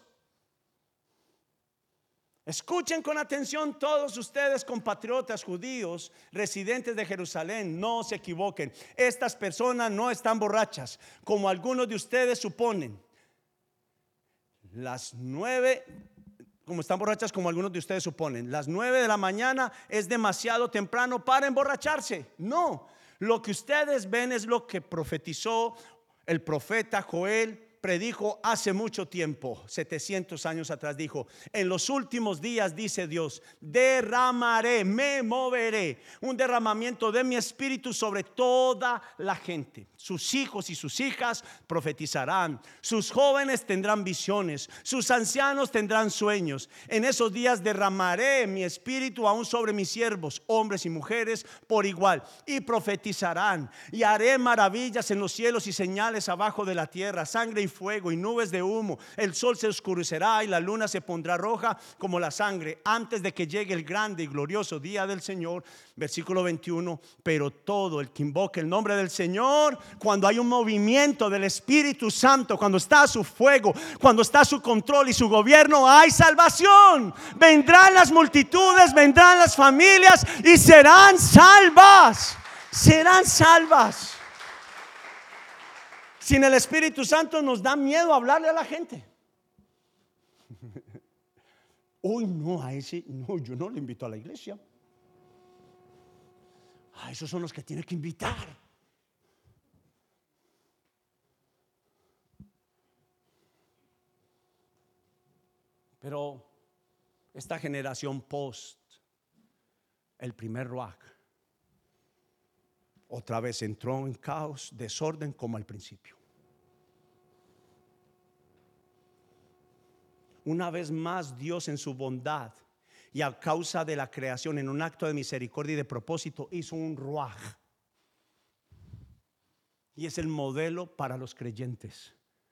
Escuchen con atención todos ustedes, compatriotas judíos, residentes de Jerusalén, no se equivoquen. Estas personas no están borrachas, como algunos de ustedes suponen. Las 9, como están borrachas como algunos de ustedes suponen. Las 9 de la mañana es demasiado temprano para emborracharse. No, lo que ustedes ven es lo que profetizó el profeta Joel. Predijo hace mucho tiempo, 700 años atrás. Dijo: en los últimos días, dice Dios, derramaré, me moveré, un derramamiento de mi espíritu sobre toda la gente. Sus hijos y sus hijas profetizarán, sus jóvenes tendrán visiones, sus ancianos tendrán sueños. En esos días derramaré mi espíritu aún sobre mis siervos, hombres y mujeres por igual, y profetizarán. Y haré maravillas en los cielos y señales abajo de la tierra, sangre y fuego y nubes de humo. El sol se oscurecerá y la luna se pondrá roja como la sangre, antes de que llegue el grande y glorioso día del Señor. Versículo 21. Pero todo el que invoque el nombre del Señor, cuando hay un movimiento del Espíritu Santo, cuando está su fuego, cuando está su control y su gobierno, hay salvación. Vendrán las multitudes, vendrán las familias y serán salvas. Serán salvas. Sin el Espíritu Santo nos da miedo hablarle a la gente. Uy, no, a ese no, yo no le invito a la iglesia. Esos son los que tiene que invitar. Pero esta generación post el primer Ruach otra vez entró en caos, desorden como al principio. Una vez más, Dios en su bondad y a causa de la creación, en un acto de misericordia y de propósito, hizo un Ruach. Y es el modelo para los creyentes.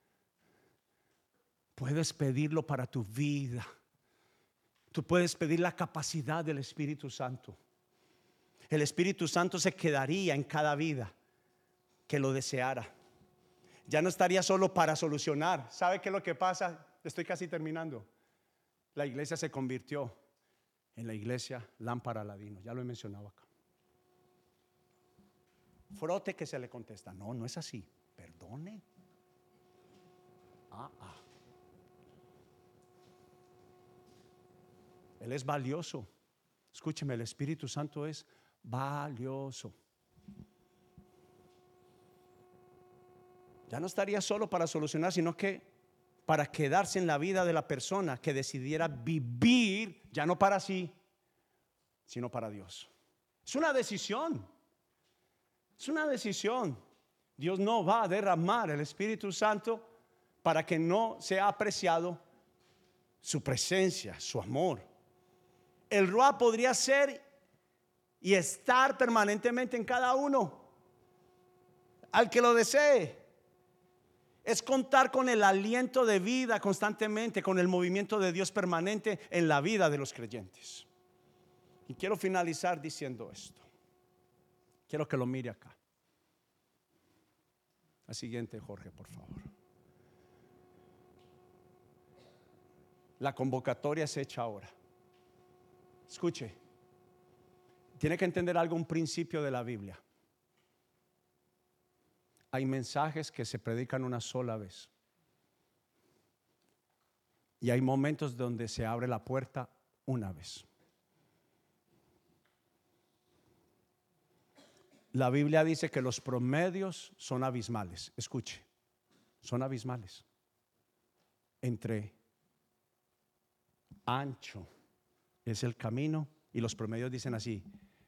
Puedes pedirlo para tu vida. Tú puedes pedir la capacidad del Espíritu Santo. El Espíritu Santo se quedaría en cada vida que lo deseara. Ya no estaría solo para solucionar. ¿Sabe qué es lo que pasa? Estoy casi terminando. La iglesia se convirtió en la iglesia lámpara Aladino. Ya lo he mencionado acá. Frote que se le contesta. No, no es así. Perdone. Él es valioso. Escúcheme, el Espíritu Santo es valioso. Ya no estaría solo para solucionar, sino que para quedarse en la vida de la persona que decidiera vivir, ya no para sí, sino para Dios. Es una decisión. Es una decisión. Dios no va a derramar el Espíritu Santo para que no sea apreciado su presencia, su amor. El Ruach podría ser y estar permanentemente en cada uno, al que lo desee. Es contar con el aliento de vida constantemente, con el movimiento de Dios permanente en la vida de los creyentes. Y quiero finalizar diciendo esto. Quiero que lo mire acá. La siguiente, Jorge, por favor. La convocatoria es hecha ahora. Escuche, tiene que entender algo, un principio de la Biblia. Hay mensajes que se predican una sola vez. Y hay momentos donde se abre la puerta una vez. La Biblia dice que los promedios son abismales. Escuche, son abismales. Entre ancho es el camino y los promedios dicen así: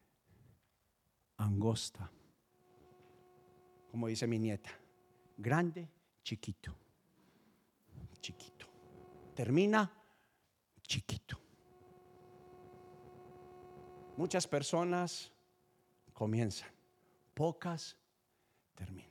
angosta, como dice mi nieta, grande, chiquito, chiquito, termina chiquito. Muchas personas comienzan, pocas terminan.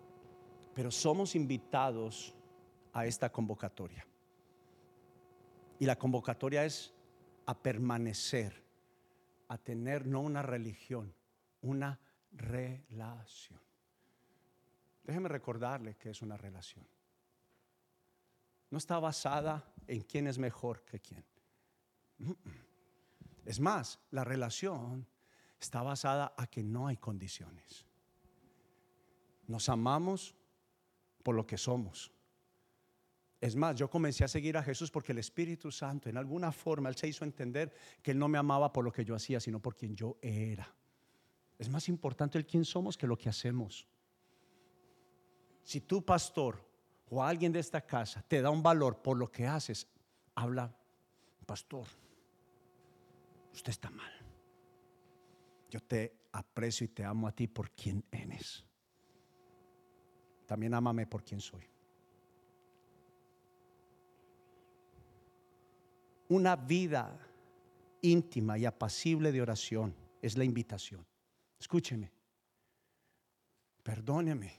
Pero somos invitados a esta convocatoria. Y la convocatoria es a permanecer, a tener no una religión, una relación. Déjeme recordarle que es una relación. No está basada en quién es mejor que quién. Es más, la relación está basada a que no hay condiciones. Nos amamos por lo que somos. Es más, yo comencé a seguir a Jesús porque el Espíritu Santo, en alguna forma, Él se hizo entender que Él no me amaba por lo que yo hacía, sino por quien yo era. Es más importante el quién somos que lo que hacemos. Si tu pastor o alguien de esta casa te da un valor por lo que haces, habla: pastor, usted está mal. Yo te aprecio y te amo a ti por quien eres. También ámame por quien soy. Una vida íntima y apacible de oración es la invitación. Escúcheme. Perdóneme,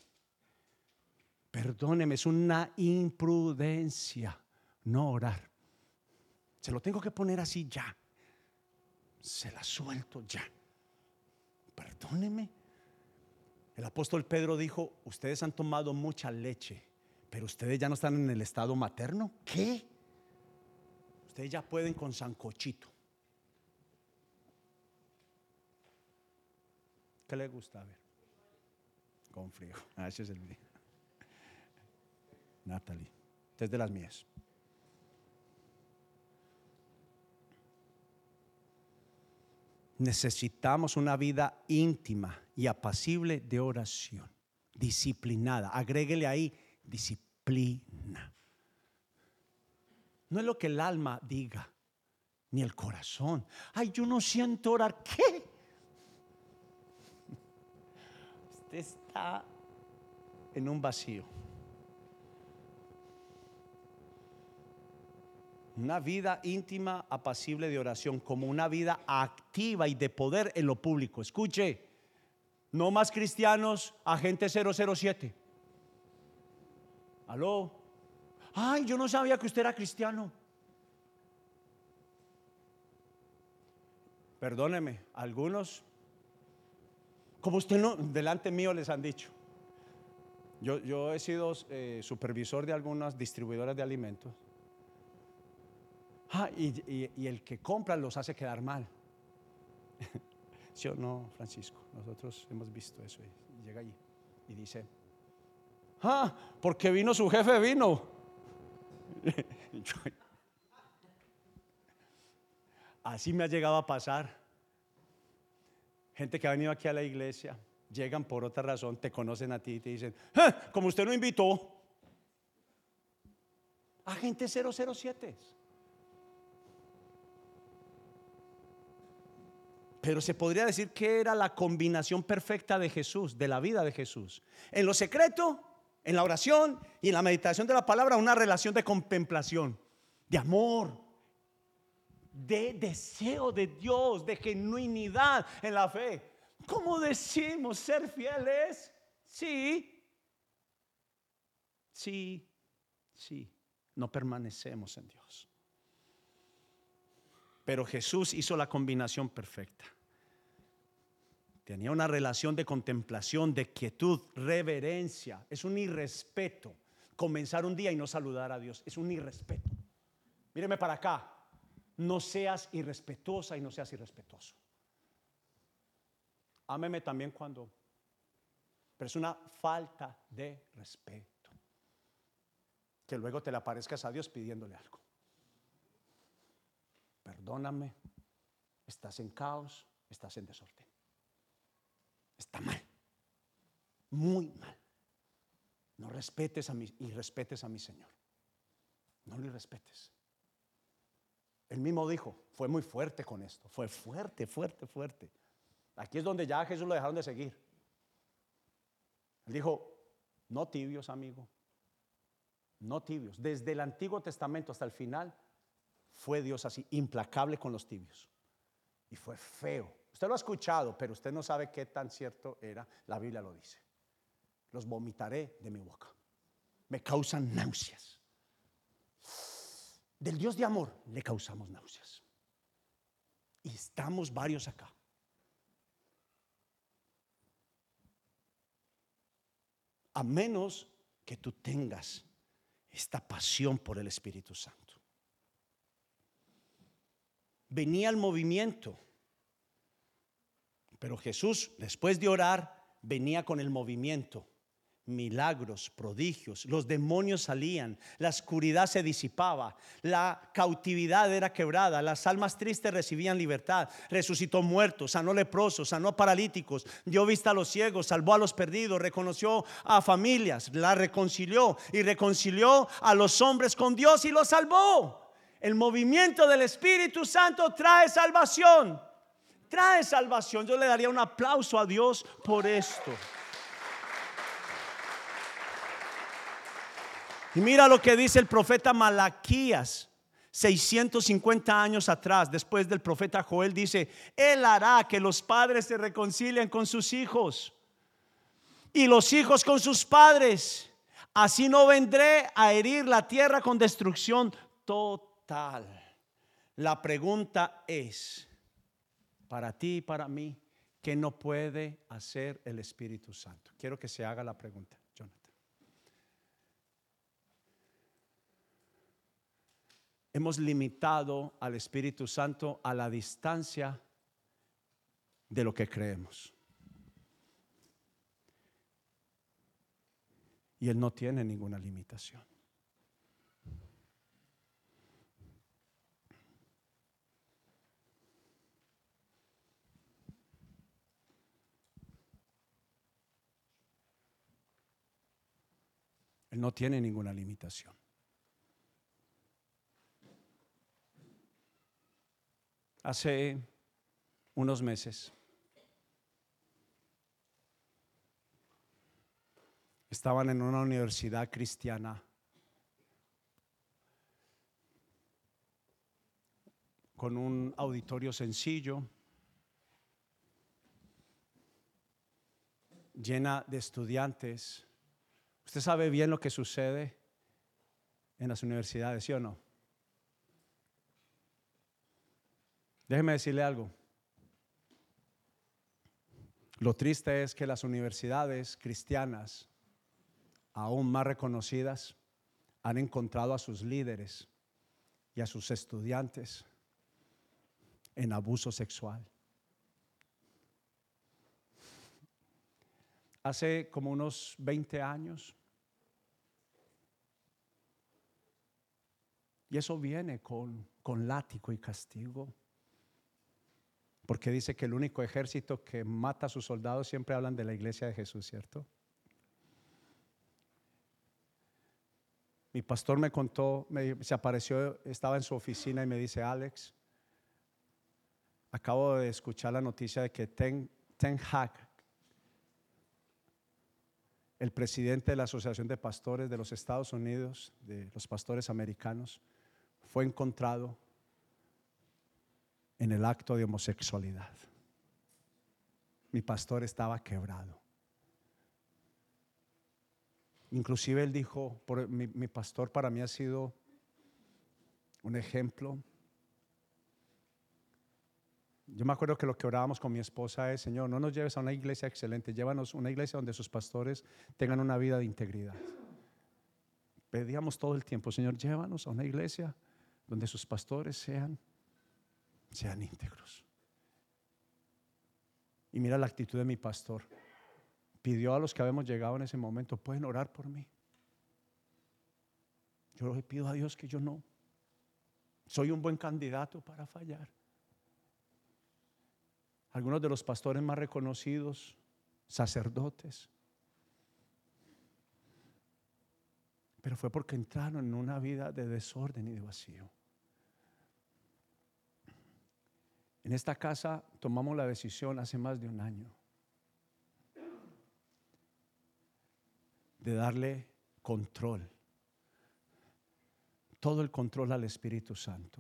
es una imprudencia no orar. Se lo tengo que poner así ya. Se la suelto ya. Perdóneme. El apóstol Pedro dijo: ustedes han tomado mucha leche, pero ustedes ya no están en el estado materno. ¿Qué? Ustedes ya pueden con sancochito. ¿Qué le gusta? A ver. Con frío. Ese es el mío. Natalie, esta es de las mías. Necesitamos una vida íntima y apacible de oración, disciplinada. Agréguele ahí disciplina. No es lo que el alma diga, ni el corazón. Ay, yo no siento orar. ¿Qué? Usted está en un vacío. Una vida íntima, apacible de oración, como una vida activa y de poder en lo público. Escuche, no más cristianos, agente 007. Aló. Ay, yo no sabía que usted era cristiano. Perdóneme, algunos, como usted no, delante mío les han dicho. Yo he sido supervisor de algunas distribuidoras de alimentos. Y el que compra los hace quedar mal. ¿Sí o no, Francisco? Nosotros hemos visto eso. Y llega allí y dice: porque vino su jefe, vino. Así me ha llegado a pasar. Gente que ha venido aquí a la iglesia, llegan por otra razón, te conocen a ti y te dicen: como usted no invitó. Agente 007. Pero se podría decir que era la combinación perfecta de Jesús, de la vida de Jesús. En lo secreto, en la oración y en la meditación de la palabra, una relación de contemplación, de amor, de deseo de Dios, de genuinidad en la fe. ¿Cómo decimos ser fieles? Sí, no permanecemos en Dios. Pero Jesús hizo la combinación perfecta. Tenía una relación de contemplación, de quietud, reverencia. Es un irrespeto comenzar un día y no saludar a Dios. Es un irrespeto. Míreme para acá. No seas irrespetuosa y no seas irrespetuoso. Ámeme también cuando. Pero es una falta de respeto. Que luego te le aparezcas a Dios pidiéndole algo. Perdóname, estás en caos, estás en desorden. Está mal, muy mal. No respetes a mí y respetes a mi Señor. No le respetes. Él mismo dijo, fue muy fuerte con esto. Fue fuerte. Aquí es donde ya a Jesús lo dejaron de seguir. Él dijo: no tibios, amigo. No tibios. Desde el Antiguo Testamento hasta el final fue Dios así, implacable con los tibios. Y fue feo. Usted lo ha escuchado, pero usted no sabe qué tan cierto era. La Biblia lo dice. Los vomitaré de mi boca. Me causan náuseas. del Dios de amor, le causamos náuseas. Y estamos varios acá. A menos que tú tengas esta pasión por el Espíritu Santo. Venía el movimiento, pero Jesús, después de orar, venía con el movimiento. Milagros, prodigios, los demonios salían, la oscuridad se disipaba, la cautividad era quebrada, las almas tristes recibían libertad, resucitó muertos, sanó leprosos, sanó paralíticos, dio vista a los ciegos, salvó a los perdidos, reconoció a familias, la reconcilió y reconcilió a los hombres con Dios y los salvó. El movimiento del Espíritu Santo trae salvación, trae salvación. Yo le daría un aplauso a Dios por esto. Y mira lo que dice el profeta Malaquías, 650 años atrás, después del profeta Joel, dice: Él hará que los padres se reconcilien con sus hijos y los hijos con sus padres. Así no vendré a herir la tierra con destrucción total. La pregunta es, para ti y para mí, ¿qué no puede hacer el Espíritu Santo? Quiero que se haga la pregunta, Jonathan. Hemos limitado al Espíritu Santo a la distancia de lo que creemos. Y Él no tiene ninguna limitación. Él no tiene ninguna limitación. Hace unos meses estaban en una universidad cristiana con un auditorio sencillo, llena de estudiantes. Usted sabe bien lo que sucede en las universidades, ¿sí o no? Déjeme decirle algo. Lo triste es que las universidades cristianas, aún más reconocidas, han encontrado a sus líderes y a sus estudiantes en abuso sexual. Hace como unos 20 años, y eso viene con látigo y castigo, porque dice que el único ejército que mata a sus soldados, siempre hablan de la iglesia de Jesús, ¿cierto? Mi pastor me contó, se apareció, estaba en su oficina y me dice: Alex, acabo de escuchar la noticia de que Ten Hag, el presidente de la Asociación de Pastores de los Estados Unidos, de los pastores americanos, fue encontrado en el acto de homosexualidad. Mi pastor estaba quebrado. Inclusive él dijo: mi pastor para mí ha sido un ejemplo. Yo me acuerdo que lo que orábamos con mi esposa es: Señor, no nos lleves a una iglesia excelente, llévanos a una iglesia donde sus pastores tengan una vida de integridad. Pedíamos todo el tiempo: Señor, llévanos a una iglesia donde sus pastores sean íntegros. Y mira la actitud de mi pastor. Pidió a los que habíamos llegado en ese momento: ¿pueden orar por mí? Yo le pido a Dios que yo no soy un buen candidato para fallar. Algunos de los pastores más reconocidos, sacerdotes, pero fue porque entraron en una vida de desorden y de vacío. En esta casa tomamos la decisión hace más de un año de darle control, todo el control al Espíritu Santo.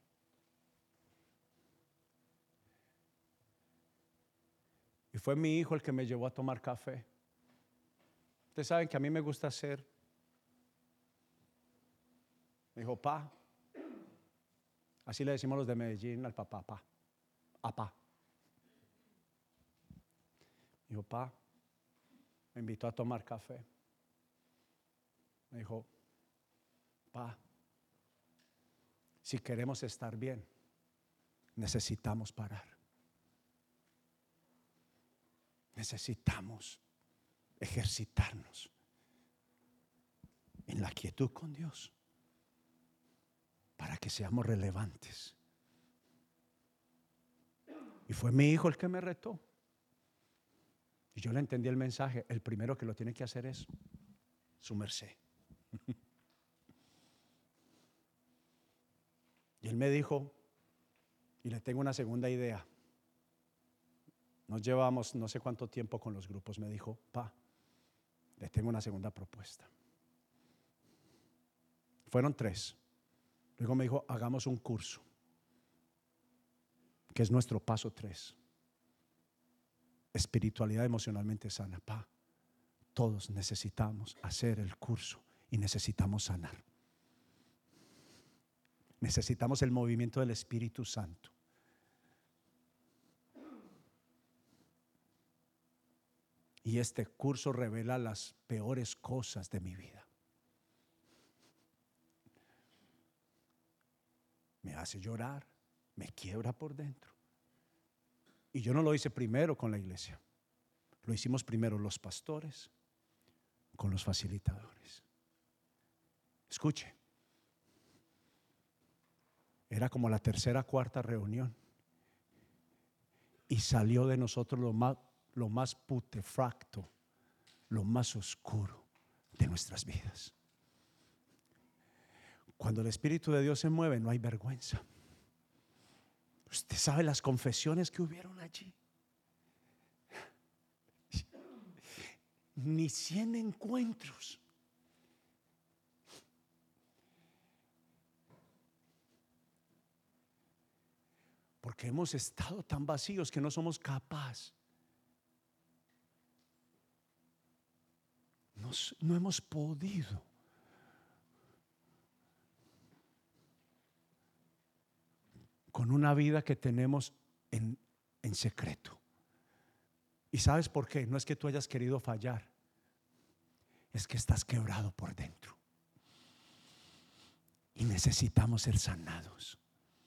Y fue mi hijo el que me llevó a tomar café. Ustedes saben que a mí me gusta hacer. Me dijo: Pa, Así le decimos los de Medellín al papá, pa, apá. Dijo, pa, me invitó a tomar café. Me dijo, pa, si queremos estar bien, necesitamos parar. Necesitamos ejercitarnos en la quietud con Dios para que seamos relevantes. Y fue mi hijo el que me retó. Y yo le entendí el mensaje. El primero que lo tiene que hacer es su merced. Y él me dijo, y le tengo una segunda idea. Nos llevamos no sé cuánto tiempo con los grupos. Me dijo, pa, le tengo una segunda propuesta. Fueron 3. Luego me dijo, hagamos un curso, que es nuestro paso 3. Espiritualidad emocionalmente sana. Pa, todos necesitamos hacer el curso y necesitamos sanar. Necesitamos el movimiento del Espíritu Santo. Y este curso revela las peores cosas de mi vida. Me hace llorar, me quiebra por dentro. Y yo no lo hice primero con la iglesia. Lo hicimos primero los pastores con los facilitadores. Escuche. Era como la tercera, cuarta reunión. Y salió de nosotros lo más putefacto, lo más oscuro de nuestras vidas. Cuando el Espíritu de Dios se mueve, no hay vergüenza. Usted sabe las confesiones que hubieron allí. Ni 100 encuentros. Porque hemos estado tan vacíos que no somos capaces. No hemos podido con una vida que tenemos en secreto. ¿Y sabes por qué? No es que tú hayas querido fallar, es que estás quebrado por dentro y necesitamos ser sanados.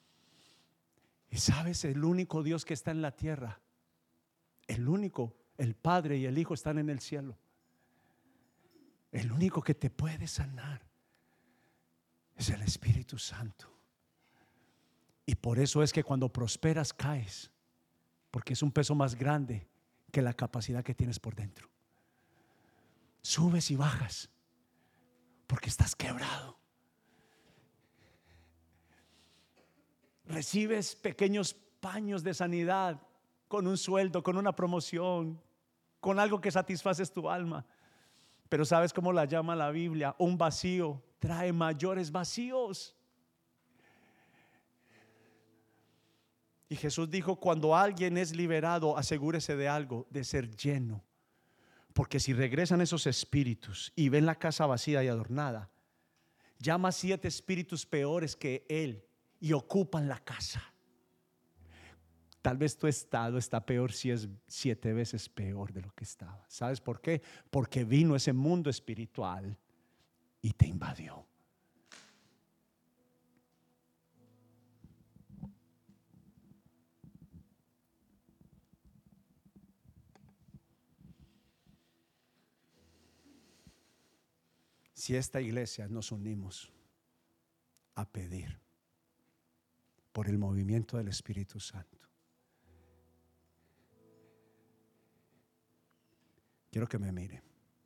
Y sabes, el único Dios que está en la tierra, el único, el Padre y el Hijo están en el cielo. El único que te puede sanar es el Espíritu Santo. Y por eso es que cuando prosperas caes, porque es un peso más grande que la capacidad que tienes por dentro. Subes y bajas porque estás quebrado. Recibes pequeños paños de sanidad con un sueldo, con una promoción, con algo que satisfaces tu alma. Pero ¿sabes cómo la llama la Biblia? Un vacío trae mayores vacíos. Y Jesús dijo, cuando alguien es liberado, asegúrese de algo, de ser lleno. Porque si regresan esos espíritus y ven la casa vacía y adornada, llama 7 espíritus peores que él y ocupan la casa. Tal vez tu estado está peor si es 7 veces peor de lo que estaba. ¿Sabes por qué? Porque vino ese mundo espiritual y te invadió. Si esta iglesia nos unimos a pedir por el movimiento del Espíritu Santo, quiero que me mire.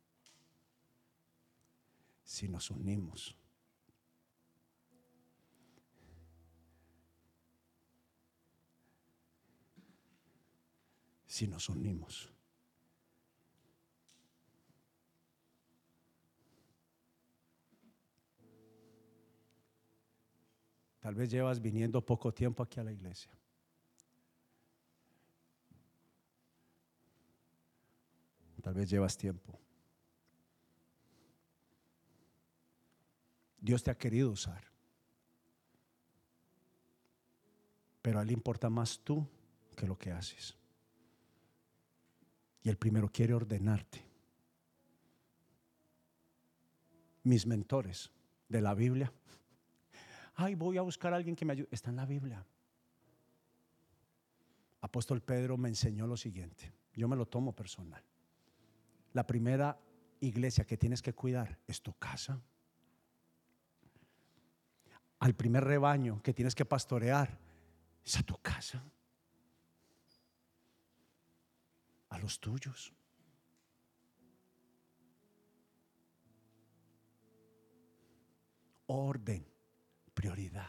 Si nos unimos, tal vez llevas viniendo poco tiempo aquí a la iglesia. Tal vez llevas tiempo. Dios te ha querido usar. pero a Él le importa más tú que lo que haces. Y Él primero quiere ordenarte. Mis mentores de la Biblia, ay, voy a buscar a alguien que me ayude, está en la Biblia. Apóstol Pedro me enseñó lo siguiente, yo me lo tomo personal. La primera iglesia que tienes que cuidar es tu casa. Al primer rebaño que tienes que pastorear es a tu casa, a los tuyos. Orden, prioridad.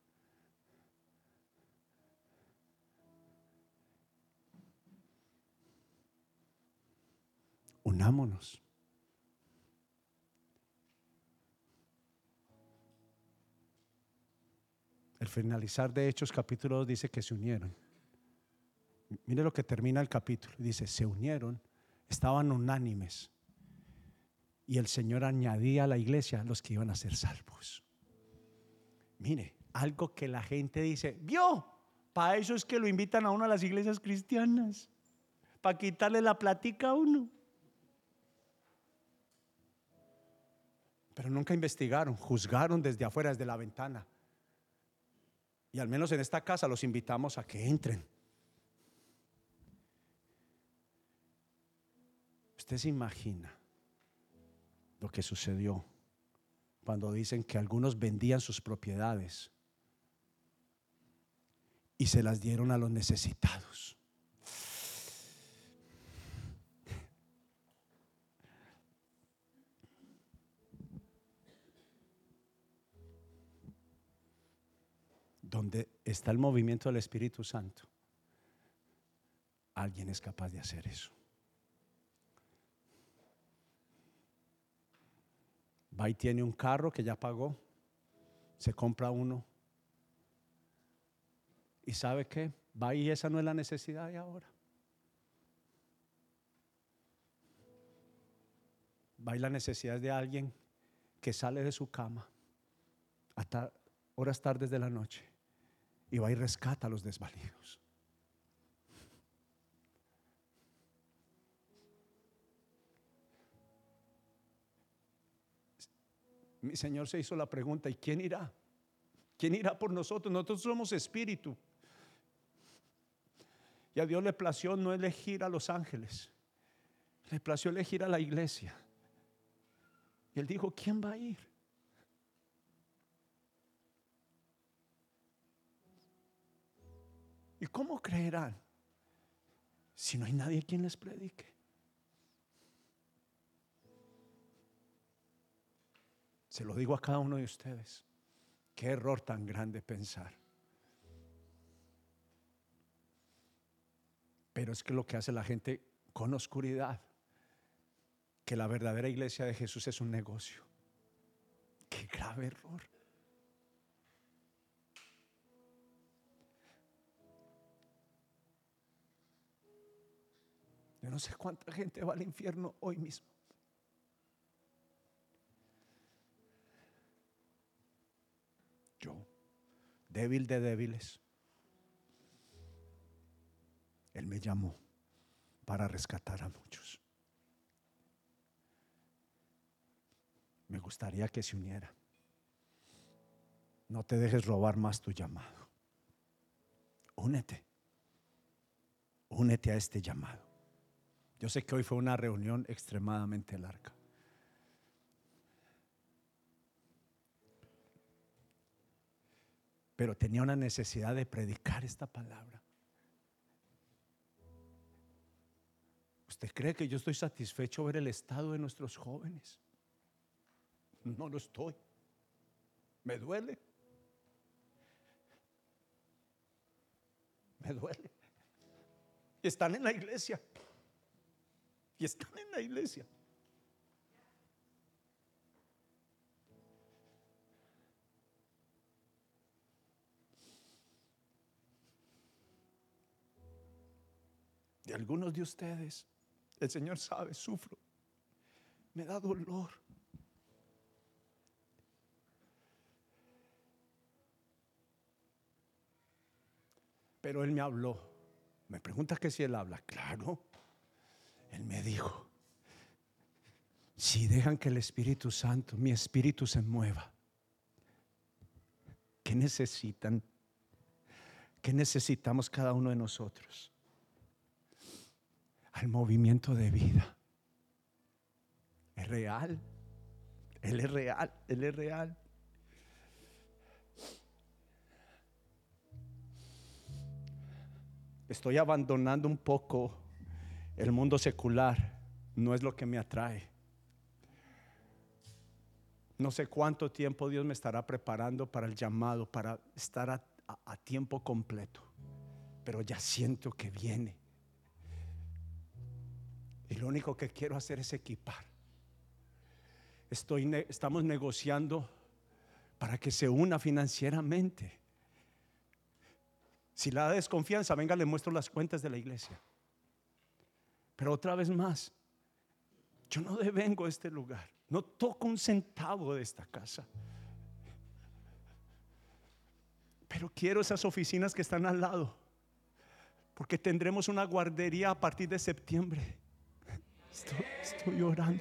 Unámonos. El finalizar de Hechos capítulo 2 dice que se unieron. Mire lo que termina el capítulo. Dice, se unieron, estaban unánimes. Y el Señor añadía a la iglesia los que iban a ser salvos. Mire, algo que la gente dice, ¿vio? Para eso es que lo invitan a uno a las iglesias cristianas. Para quitarle la platica a uno. Pero nunca investigaron, juzgaron desde afuera, desde la ventana. Y al menos en esta casa los invitamos a que entren. Usted se imagina lo que sucedió cuando dicen que algunos vendían sus propiedades y se las dieron a los necesitados. Donde está el movimiento del Espíritu Santo, alguien es capaz de hacer eso. Va y tiene un carro que ya pagó, se compra uno. ¿Y sabe qué? Va y esa no es la necesidad de ahora. Va y la necesidad de alguien que sale de su cama hasta horas tardes de la noche y va y rescata a los desvalidos. Mi Señor se hizo la pregunta, ¿y quién irá? ¿Quién irá por nosotros? Nosotros somos espíritu. Y a Dios le plació no elegir a los ángeles, le plació elegir a la iglesia. Y Él dijo, ¿quién va a ir? ¿Y cómo creerán si no hay nadie quien les predique? Se lo digo a cada uno de ustedes. Qué error tan grande pensar. Pero es que lo que hace la gente con oscuridad, que la verdadera iglesia de Jesús es un negocio. Qué grave error. Yo no sé cuánta gente va al infierno hoy mismo. Yo, débil de débiles, Él me llamó para rescatar a muchos. Me gustaría que se uniera. No te dejes robar más tu llamado. Únete. Únete a este llamado. Yo sé que hoy fue una reunión extremadamente larga. Pero tenía una necesidad de predicar esta palabra. ¿Usted cree que yo estoy satisfecho ver el estado de nuestros jóvenes? No lo estoy. Me duele. Me duele. Y están en la iglesia. Y están en la iglesia. De algunos de ustedes, el Señor sabe, sufro. Me da dolor. Pero Él me habló. Me pregunta que si Él habla. Claro. Él me dijo: si dejan que el Espíritu Santo, mi espíritu, se mueva, ¿qué necesitan? ¿Qué necesitamos cada uno de nosotros? Al movimiento de vida. Es real. Él es real. Él es real. Estoy abandonando un poco el mundo secular. No es lo que me atrae. No sé cuánto tiempo Dios me estará preparando para el llamado, para estar a tiempo completo. Pero ya siento que viene. Y lo único que quiero hacer es equipar. Estamos negociando para que se una financieramente. Si la da desconfianza, venga, le muestro las cuentas de la iglesia. Pero otra vez más, yo no devengo a este lugar. No toco un centavo de esta casa. Pero quiero esas oficinas que están al lado, porque tendremos una guardería a partir de septiembre. Estoy orando.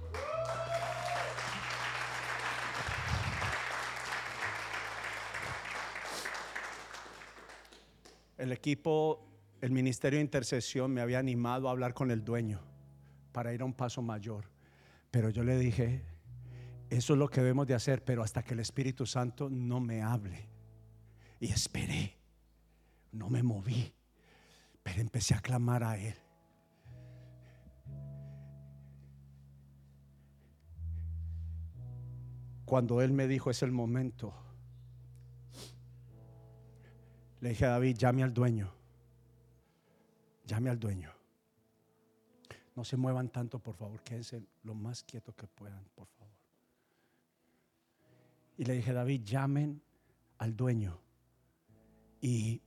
El equipo, el ministerio de intercesión me había animado a hablar con el dueño para ir a un paso mayor. Pero yo le dije: eso es lo que debemos de hacer, pero hasta que el Espíritu Santo no me hable. Y esperé, no me moví, pero empecé a clamar a Él. Cuando Él me dijo: es el momento, le dije a David: llame al dueño. Llame al dueño. No se muevan tanto, por favor, quédense lo más quieto que puedan, por favor. Y le dije: David, llamen al dueño. Y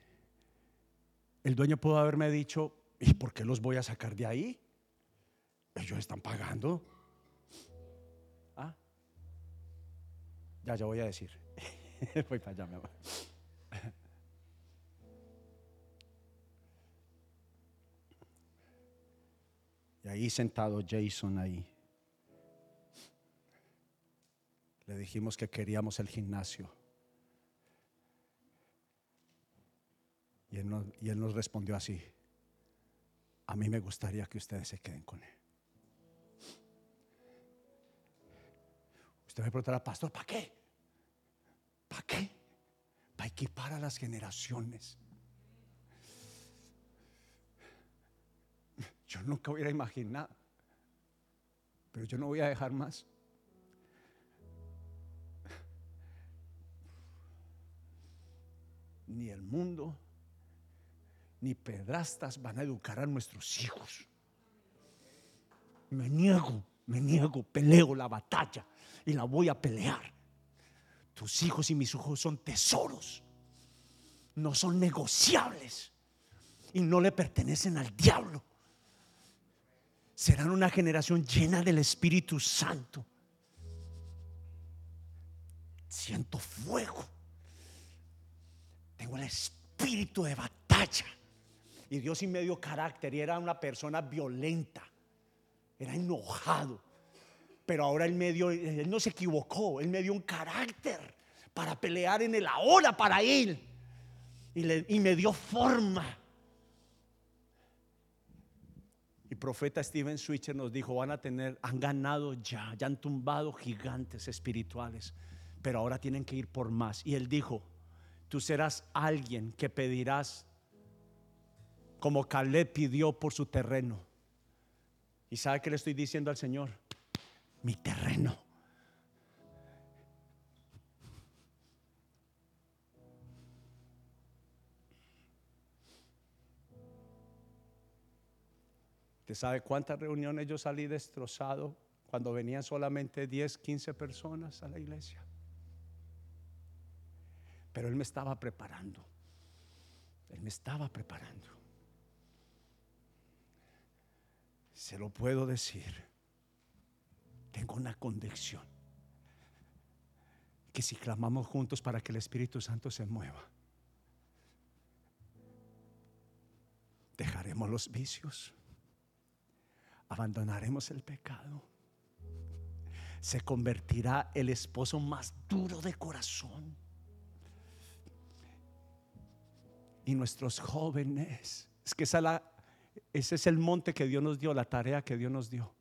el dueño pudo haberme dicho: ¿y por qué los voy a sacar de ahí? Ellos están pagando. Ya voy a decir. Voy para allá, mi amor. Y ahí sentado Jason ahí, le dijimos que queríamos el gimnasio. Y él nos respondió así: a mí me gustaría que ustedes se queden con él. Usted me preguntará: pastor, ¿para qué? ¿Para qué? Para equipar a las generaciones. Yo nunca hubiera imaginado, pero yo no voy a dejar más. Ni el mundo ni pedrastas van a educar a nuestros hijos. Me niego, peleo la batalla y la voy a pelear. Tus hijos y mis hijos son tesoros, no son negociables y no le pertenecen al diablo. Serán una generación llena del Espíritu Santo. Siento fuego. Tengo el espíritu de batalla. Y Dios sí me dio carácter, y era una persona violenta, era enojado. Pero ahora Él no se equivocó. Él me dio un carácter para pelear en el ahora para Él. Y me dio forma. Y profeta Steven Switzer nos dijo: han ganado ya han tumbado gigantes espirituales, pero ahora tienen que ir por más. Y él dijo: tú serás alguien que pedirás como Caleb pidió por su terreno. ¿Y sabe qué le estoy diciendo al Señor? Mi terreno. ¿Usted sabe cuántas reuniones yo salí destrozado cuando venían solamente 10, 15 personas a la iglesia? Pero Él me estaba preparando. Él me estaba preparando. Se lo puedo decir. Tengo una convicción que si clamamos juntos para que el Espíritu Santo se mueva, dejaremos los vicios, abandonaremos el pecado. Se convertirá el esposo más duro de corazón. Y nuestros jóvenes, es que ese es el monte que Dios nos dio, la tarea que Dios nos dio.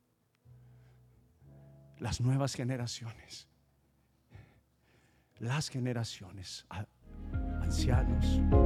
Las nuevas generaciones, las generaciones, ancianos,